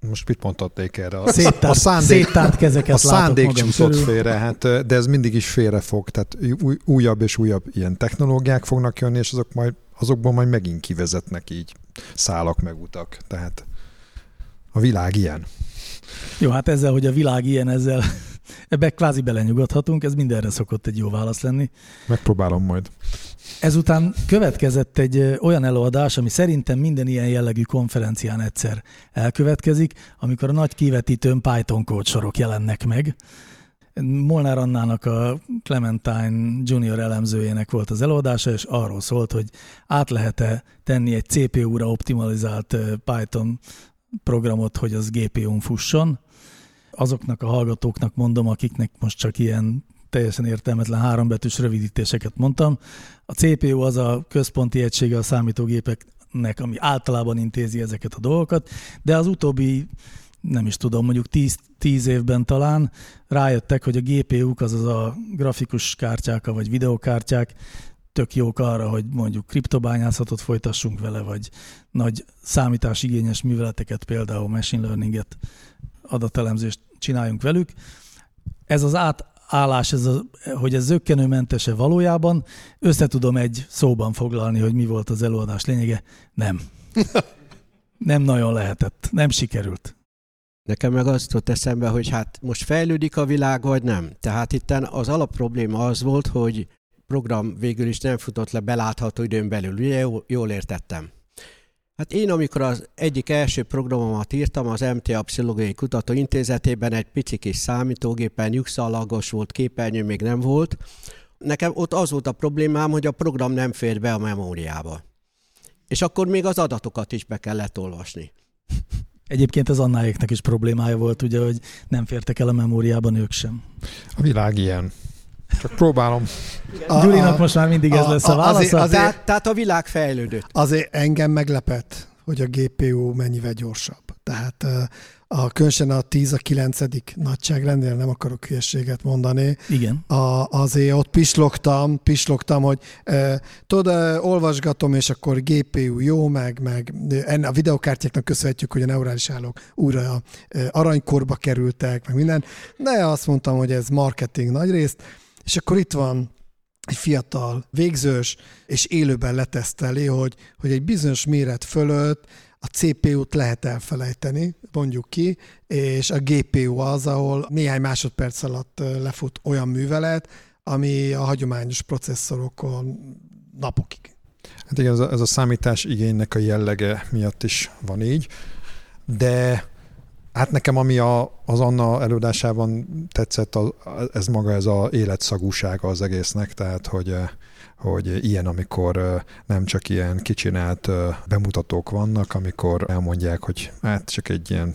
most mit mondhatnék erre? A, Széttárt, a szándék, széttárt kezeket a szándék látok magam csúszott körül. félre, hát, de ez mindig is félre fog, tehát új, újabb és újabb ilyen technológiák fognak jönni, és azok majd, azokból majd megint kivezetnek így szálak meg utak. Tehát a világ ilyen. Jó, hát ezzel, hogy a világ ilyen, ezzel ebbe kvázi belenyugodhatunk, ez mindenre szokott egy jó válasz lenni. Megpróbálom majd. Ezután következett egy olyan előadás, ami szerintem minden ilyen jellegű konferencián egyszer elkövetkezik, amikor a nagy kivetítőn Python kódsorok jelennek meg. Molnár Annának, a Clementine Junior elemzőjének volt az előadása, és arról szólt, hogy át lehet-e tenni egy cé pé u-ra optimalizált Python programot, hogy az gé pé u-n fusson. Azoknak a hallgatóknak mondom, akiknek most csak ilyen teljesen értelmetlen hárombetűs rövidítéseket mondtam. A cé pé u az a központi egysége a számítógépeknek, ami általában intézi ezeket a dolgokat, de az utóbbi, nem is tudom, mondjuk tíz évben talán rájöttek, hogy a gé pé u-k, azaz a grafikus kártyák, vagy videokártyák tök jók arra, hogy mondjuk kriptobányászatot folytassunk vele, vagy nagy számításigényes műveleteket, például machine learninget, adatelemzést csináljunk velük. Ez az átállás, ez a, hogy ez zökkenőmentese valójában, összetudom egy szóban foglalni, hogy mi volt az előadás lényege. Nem. Nem nagyon lehetett. Nem sikerült. Nekem meg az jutott eszembe, hogy hát most fejlődik a világ, vagy nem. Tehát itten az alapprobléma az volt, hogy program végül is nem futott le belátható időn belül. Ugye jól értettem. Hát én, amikor az egyik első programomat írtam, az em té á Pszichológiai Kutatóintézetében egy pici kis számítógépen, lyukszallagos volt, képernyő még nem volt. Nekem ott az volt a problémám, hogy a program nem fér be a memóriába. És akkor még az adatokat is be kellett olvasni. Egyébként az Annáéknek is problémája volt, ugye, hogy nem fértek el a memóriában ők sem. A világ ilyen. Csak próbálom. A, Gyurinak most már mindig ez a, lesz a, a válasza. Azért, azért, tehát, tehát a világ fejlődött. Azért engem meglepett, hogy a gé pé u mennyivel gyorsabb. Tehát a, különösen a tíz a kilencedik nagyságrendnél, nem akarok hülyeséget mondani. Igen. A, azért ott pislogtam, pislogtam, hogy e, tudod, e, olvasgatom, és akkor gé pé u jó, meg, meg a videokártyáknak köszönhetjük, hogy a neurális hálók újra e, aranykorba kerültek, meg minden. De azt mondtam, hogy ez marketing nagyrészt, és akkor itt van egy fiatal végzős, és élőben leteszteli, hogy, hogy egy bizonyos méret fölött a cé pé u-t lehet elfelejteni, mondjuk ki, és a gé pé u az, ahol néhány másodperc alatt lefut olyan művelet, ami a hagyományos processzorokon napokig. Hát igen, ez a, ez a számítás igénynek a jellege miatt is van így, de hát nekem ami a, az Anna előadásában tetszett, az, ez maga ez az életszagúsága az egésznek, tehát hogy, hogy ilyen, amikor nem csak ilyen kicsinált bemutatók vannak, amikor elmondják, hogy hát csak egy ilyen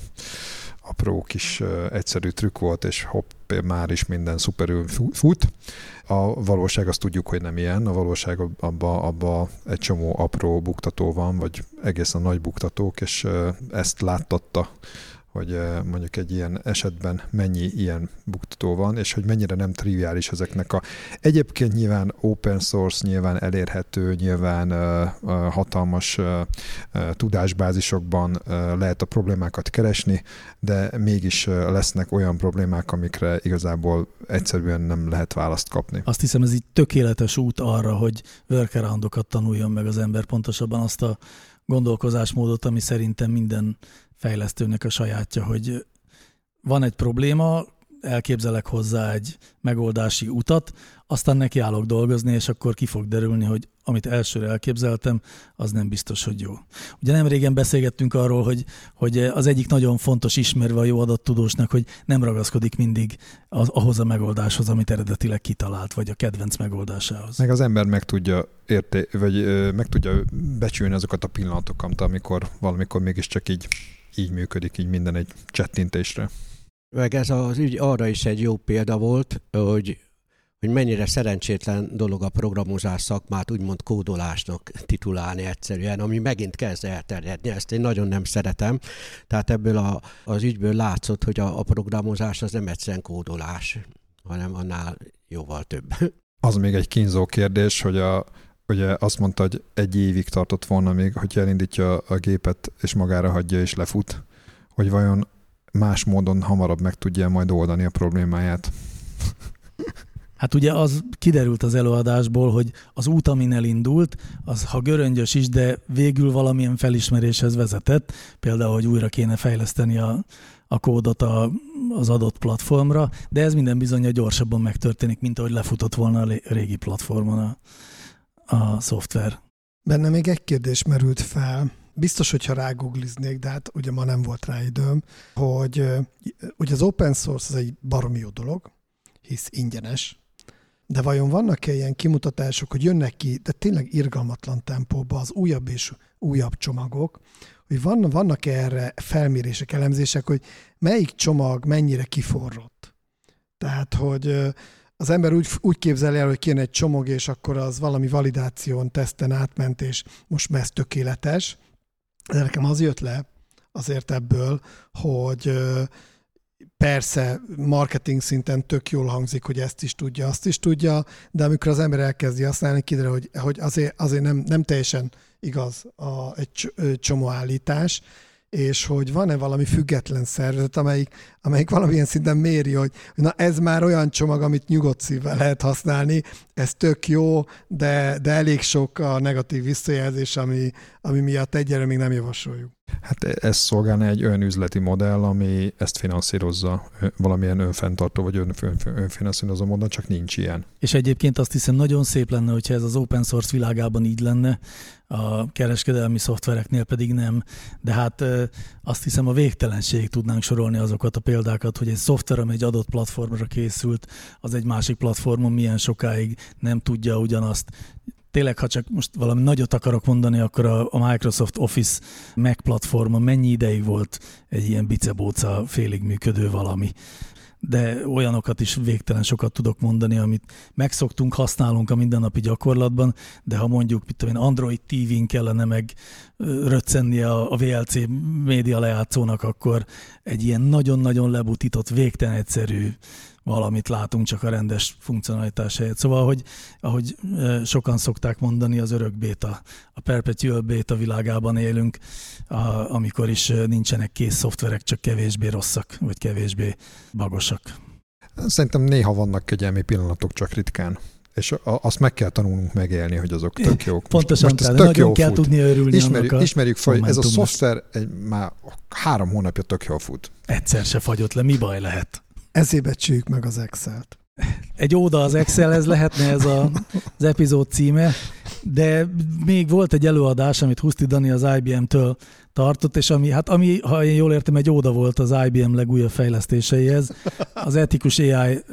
apró kis egyszerű trükk volt, és hopp, már is minden szuperül fut. A valóság azt tudjuk, hogy nem ilyen. A valóság abban abba egy csomó apró buktató van, vagy egészen nagy buktatók, és ezt láttatta, hogy mondjuk egy ilyen esetben mennyi ilyen buktató van, és hogy mennyire nem triviális ezeknek a... Egyébként nyilván open source, nyilván elérhető, nyilván uh, uh, hatalmas uh, uh, tudásbázisokban uh, lehet a problémákat keresni, de mégis uh, lesznek olyan problémák, amikre igazából egyszerűen nem lehet választ kapni. Azt hiszem, ez így tökéletes út arra, hogy workaroundokat tanuljon meg az ember, pontosabban azt a gondolkozásmódot, ami szerintem minden fejlesztőnek a sajátja, hogy van egy probléma, elképzelek hozzá egy megoldási utat, aztán nekiállok dolgozni, és akkor ki fog derülni, hogy amit elsőre elképzeltem, az nem biztos, hogy jó. Ugye nem régen beszélgettünk arról, hogy, hogy az egyik nagyon fontos ismerve a jó adattudósnak, hogy nem ragaszkodik mindig az, ahhoz a megoldáshoz, amit eredetileg kitalált, vagy a kedvenc megoldásához. Meg az ember meg tudja érté, vagy meg tudja becsülni azokat a pillanatokat, amikor valamikor mégiscsak így így működik, így minden egy csettintésre. Meg ez az ügy arra is egy jó példa volt, hogy, hogy mennyire szerencsétlen dolog a programozás szakmát úgymond kódolásnak titulálni egyszerűen, ami megint kezd elterjedni. Ezt én nagyon nem szeretem. Tehát ebből a, az ügyből látszott, hogy a, a programozás az nem egyszerűen kódolás, hanem annál jóval több. Az még egy kínzó kérdés, hogy a ugye azt mondta, hogy egy évig tartott volna még, hogyha elindítja a gépet, és magára hagyja, és lefut, hogy vajon más módon hamarabb meg tudja majd oldani a problémáját. Hát ugye az kiderült az előadásból, hogy az út, amin elindult, az ha göröngyös is, de végül valamilyen felismeréshez vezetett, például, hogy újra kéne fejleszteni a, a kódot a, az adott platformra, de ez minden bizonnyal gyorsabban megtörténik, mint ahogy lefutott volna a régi platformon a, a szoftver. Benne még egy kérdés merült fel, biztos, hogyha rágoogliznék, de hát ugye ma nem volt rá időm, hogy ugye az open source az egy baromi jó dolog, hisz ingyenes, de vajon vannak-e ilyen kimutatások, hogy jönnek ki, de tényleg irgalmatlan tempóban az újabb és újabb csomagok, hogy van, vannak-e erre felmérések, elemzések, hogy melyik csomag mennyire kiforrott. Tehát, hogy az ember úgy, úgy képzeli el, hogy kéne egy csomag, és akkor az valami validáción, teszten átment, és most már ez tökéletes. De nekem az jött le azért ebből, hogy persze marketing szinten tök jól hangzik, hogy ezt is tudja, azt is tudja, de amikor az ember elkezdi használni, kiderül, hogy, hogy azért, azért nem, nem teljesen igaz a, egy csomó állítás, és hogy van-e valami független szervezet, amelyik, amelyik valamilyen szinten méri, hogy, hogy na ez már olyan csomag, amit nyugodt szívvel lehet használni, ez tök jó, de, de elég sok a negatív visszajelzés, ami, ami miatt egyelőre még nem javasoljuk. Hát ez szolgálna egy olyan üzleti modell, ami ezt finanszírozza, valamilyen önfenntartó vagy ön, ön, önfinanszírozó módon, csak nincs ilyen. És egyébként azt hiszem nagyon szép lenne, hogyha ez az open source világában így lenne, a kereskedelmi szoftvereknél pedig nem, de hát azt hiszem a végtelenségig tudnánk sorolni azokat a példákat, hogy egy szoftver, ami egy adott platformra készült, az egy másik platformon milyen sokáig nem tudja ugyanazt. Tényleg, ha csak most valami nagyot akarok mondani, akkor a, a Microsoft Office Mac platforma mennyi ideig volt egy ilyen bicebóca félig működő valami. De olyanokat is végtelen sokat tudok mondani, amit megszoktunk, használunk a mindennapi gyakorlatban, de ha mondjuk, mit tudom én, Android té vén kellene meg röccennie a, a vé el cé média lejátszónak, akkor egy ilyen nagyon-nagyon lebutított, végtelen egyszerű valamit látunk csak a rendes funkcionalitás helyett. Szóval, ahogy, ahogy sokan szokták mondani, az örök béta, a perpetual béta világában élünk, a, amikor is nincsenek kész szoftverek, csak kevésbé rosszak, vagy kevésbé bagosak. Szerintem néha vannak kegyelmi pillanatok, csak ritkán. És azt meg kell tanulnunk megélni, hogy azok tök jók. Pontosan, most, most tehát nagyon kell fut. tudni örülni ismerjük, annak a Ismerjük fel, hogy ez a szoftver egy, már három hónapja tök jól fut. Egyszer se fagyott le, mi baj lehet? Ezért becsüljük meg az Excel-t. Egy óda az Excel, ez lehetne ez a, az epizód címe, de még volt egy előadás, amit Huszti Dani az i bé em-től tartott, és ami, hát ami, ha én jól értem, egy óda volt az i bé em legújabb fejlesztéseihez. Az etikus á i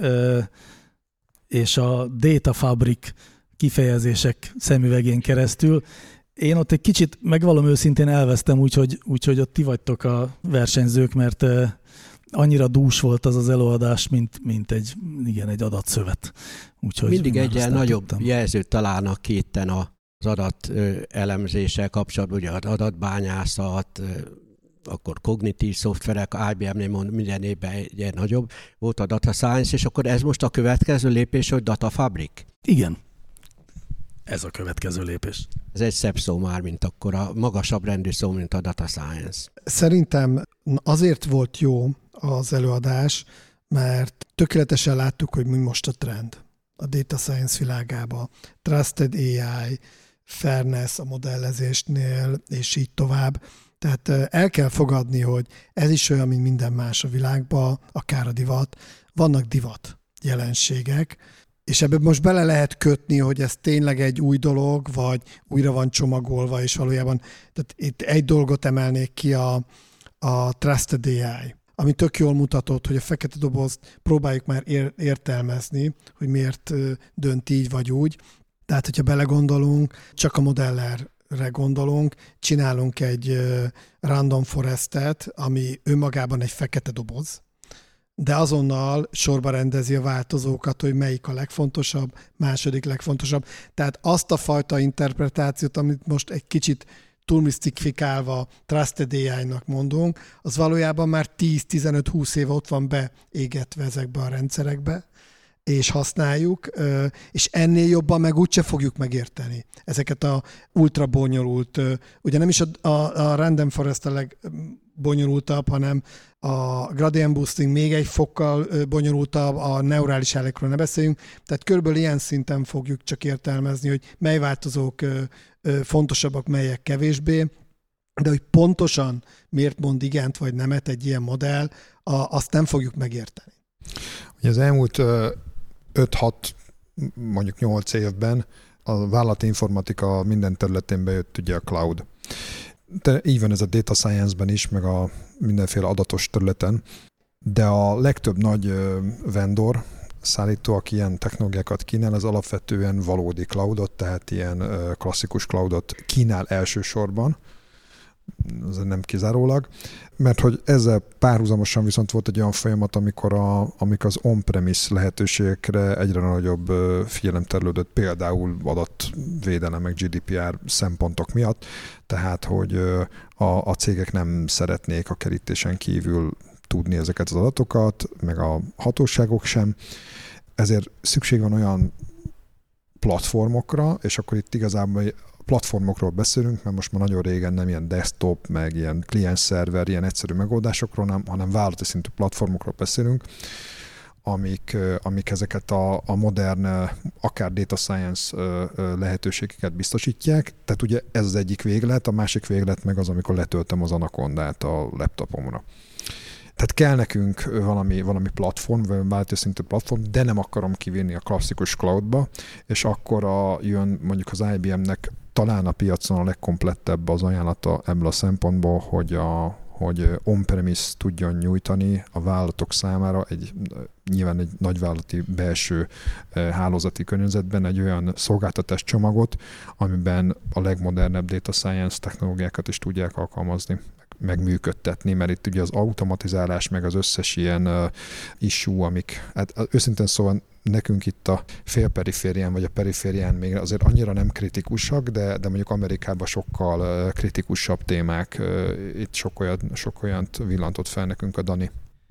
és a Data Fabric kifejezések szemüvegén keresztül. Én ott egy kicsit, megvalom őszintén, elvesztem, úgyhogy, úgyhogy ott ti vagytok a versenyzők, mert annyira dús volt az az előadás, mint, mint egy, igen, egy adatszövet. Úgyhogy mindig egy ilyen nagyobb jelzőt találnak ki itten az adat elemzéssel kapcsolatban, ugye az adatbányászat, akkor kognitív szoftverek, i bé em-nél mond minden évben egy nagyobb volt a data science, és akkor ez most a következő lépés, hogy data fabric. Igen. Ez a következő lépés. Ez egy szebb szó már, mint akkor a magasabb rendű szó, mint a data science. Szerintem azért volt jó az előadás, mert tökéletesen láttuk, hogy mi most a trend a data science világában. Trusted á i, fairness a modellezésnél, és így tovább. Tehát el kell fogadni, hogy ez is olyan, mint minden más a világban, akár a divat. Vannak divat jelenségek, és ebbe most bele lehet kötni, hogy ez tényleg egy új dolog, vagy újra van csomagolva, és valójában tehát itt egy dolgot emelnék ki, a, a Trusted á i, ami tök jól mutatott, hogy a fekete dobozt próbáljuk már ér, értelmezni, hogy miért dönt így vagy úgy. Tehát, hogyha belegondolunk, csak a modellerre gondolunk, csinálunk egy random forestet, ami önmagában egy fekete doboz, de azonnal sorba rendezi a változókat, hogy melyik a legfontosabb, második legfontosabb. Tehát azt a fajta interpretációt, amit most egy kicsit túlmisztifikálva Trusted á i-nak mondunk, az valójában már tíz-tizenöt-húsz éve ott van beégetve ezekbe a rendszerekbe, és használjuk, és ennél jobban meg úgyse fogjuk megérteni ezeket a ultra bonyolult, ugye nem is a, a, a random forest a legbonyolultabb, hanem a gradient boosting még egy fokkal bonyolultabb, a neurális hálókról ne beszéljünk, tehát körülbelül ilyen szinten fogjuk csak értelmezni, hogy mely változók fontosabbak, melyek kevésbé, de hogy pontosan miért mond igent vagy nemet egy ilyen modell, azt nem fogjuk megérteni. Ugye az elmúlt öt-hat, mondjuk nyolc évben a vállalati informatika minden területén bejött ugye a cloud. De így van ez a data science-ben is, meg a mindenféle adatos területen, de a legtöbb nagy vendor, szállító, aki ilyen technológiákat kínál, az alapvetően valódi cloudot, tehát ilyen klasszikus cloudot kínál elsősorban, ez nem kizárólag, mert hogy ezzel párhuzamosan viszont volt egy olyan folyamat, amikor, a, amikor az on-premise lehetőségekre egyre nagyobb figyelem terülődött, például adatvédelem, meg gé dé pé er szempontok miatt, tehát hogy a, a cégek nem szeretnék a kerítésen kívül tudni ezeket az adatokat, meg a hatóságok sem, ezért szükség van olyan platformokra, és akkor itt igazából platformokról beszélünk, mert most már nagyon régen nem ilyen desktop, meg ilyen client-server, ilyen egyszerű megoldásokról, nem, hanem vállalati szintű platformokról beszélünk, amik, amik ezeket a, a modern, akár data science lehetőségeket biztosítják. Tehát ugye ez az egyik véglet, a másik véglet meg az, amikor letöltöm az Anacondát a laptopomra. Tehát kell nekünk valami, valami platform, vagy vállalati szintű platform, de nem akarom kivinni a klasszikus cloudba, és akkor a, jön mondjuk az i bé em-nek talán a piacon a legkomplettebb az ajánlata ebből a szempontból, hogy, a, hogy on-premise tudjon nyújtani a vállalatok számára egy, nyilván egy nagyvállalati belső hálózati környezetben egy olyan szolgáltatás csomagot, amiben a legmodernebb data science technológiákat is tudják alkalmazni, megműködtetni, mert itt ugye az automatizálás, meg az összes ilyen uh, issue, amik, hát őszintén szóval nekünk itt a félperiférián, vagy a periférián még azért annyira nem kritikusak, de, de mondjuk Amerikában sokkal uh, kritikusabb témák, uh, itt sok, olyan, sok olyant villantott fel nekünk a Dani.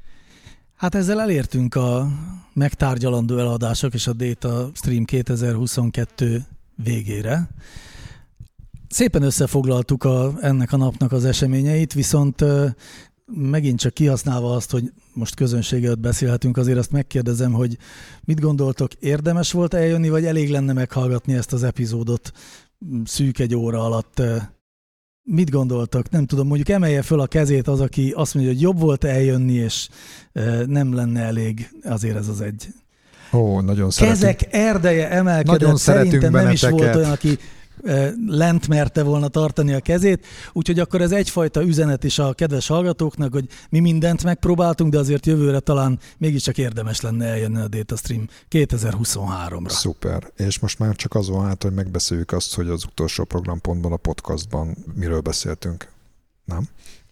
Hát ezzel elértünk a megtárgyalandó eladások és a Data Stream kétezer-huszonkettő végére. Szépen összefoglaltuk a, ennek a napnak az eseményeit, viszont uh, megint csak kihasználva azt, hogy most közönséget beszélhetünk, azért azt megkérdezem, hogy mit gondoltok, érdemes volt eljönni, vagy elég lenne meghallgatni ezt az epizódot szűk egy óra alatt? Mit gondoltak? Nem tudom, mondjuk emelje föl a kezét az, aki azt mondja, hogy jobb volt eljönni, és uh, nem lenne elég azért ez az egy. Ó, nagyon szeretünk. Kezek erdeje emelkedett, nagyon szerintem nem is benneteket. volt olyan, aki lent merte volna tartani a kezét, úgyhogy akkor ez egyfajta üzenet is a kedves hallgatóknak, hogy mi mindent megpróbáltunk, de azért jövőre talán mégiscsak érdemes lenne eljönni a DataStream kétezer-huszonháromra. Szuper. És most már csak az van hát, hogy megbeszéljük azt, hogy az utolsó programpontban, a podcastban miről beszéltünk. Nem?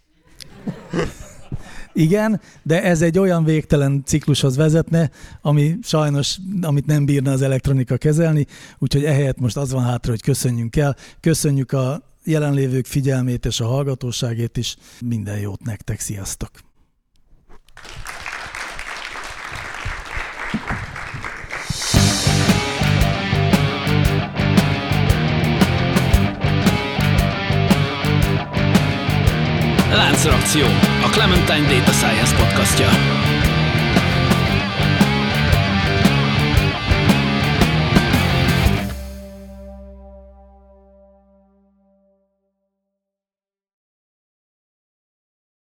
Igen, de ez egy olyan végtelen ciklushoz vezetne, ami sajnos, amit nem bírna az elektronika kezelni, úgyhogy ehelyett most az van hátra, hogy köszönjünk el. Köszönjük a jelenlévők figyelmét és a hallgatóságét is. Minden jót nektek, sziasztok! Láncreakció, a Clementine Data Science podcastja.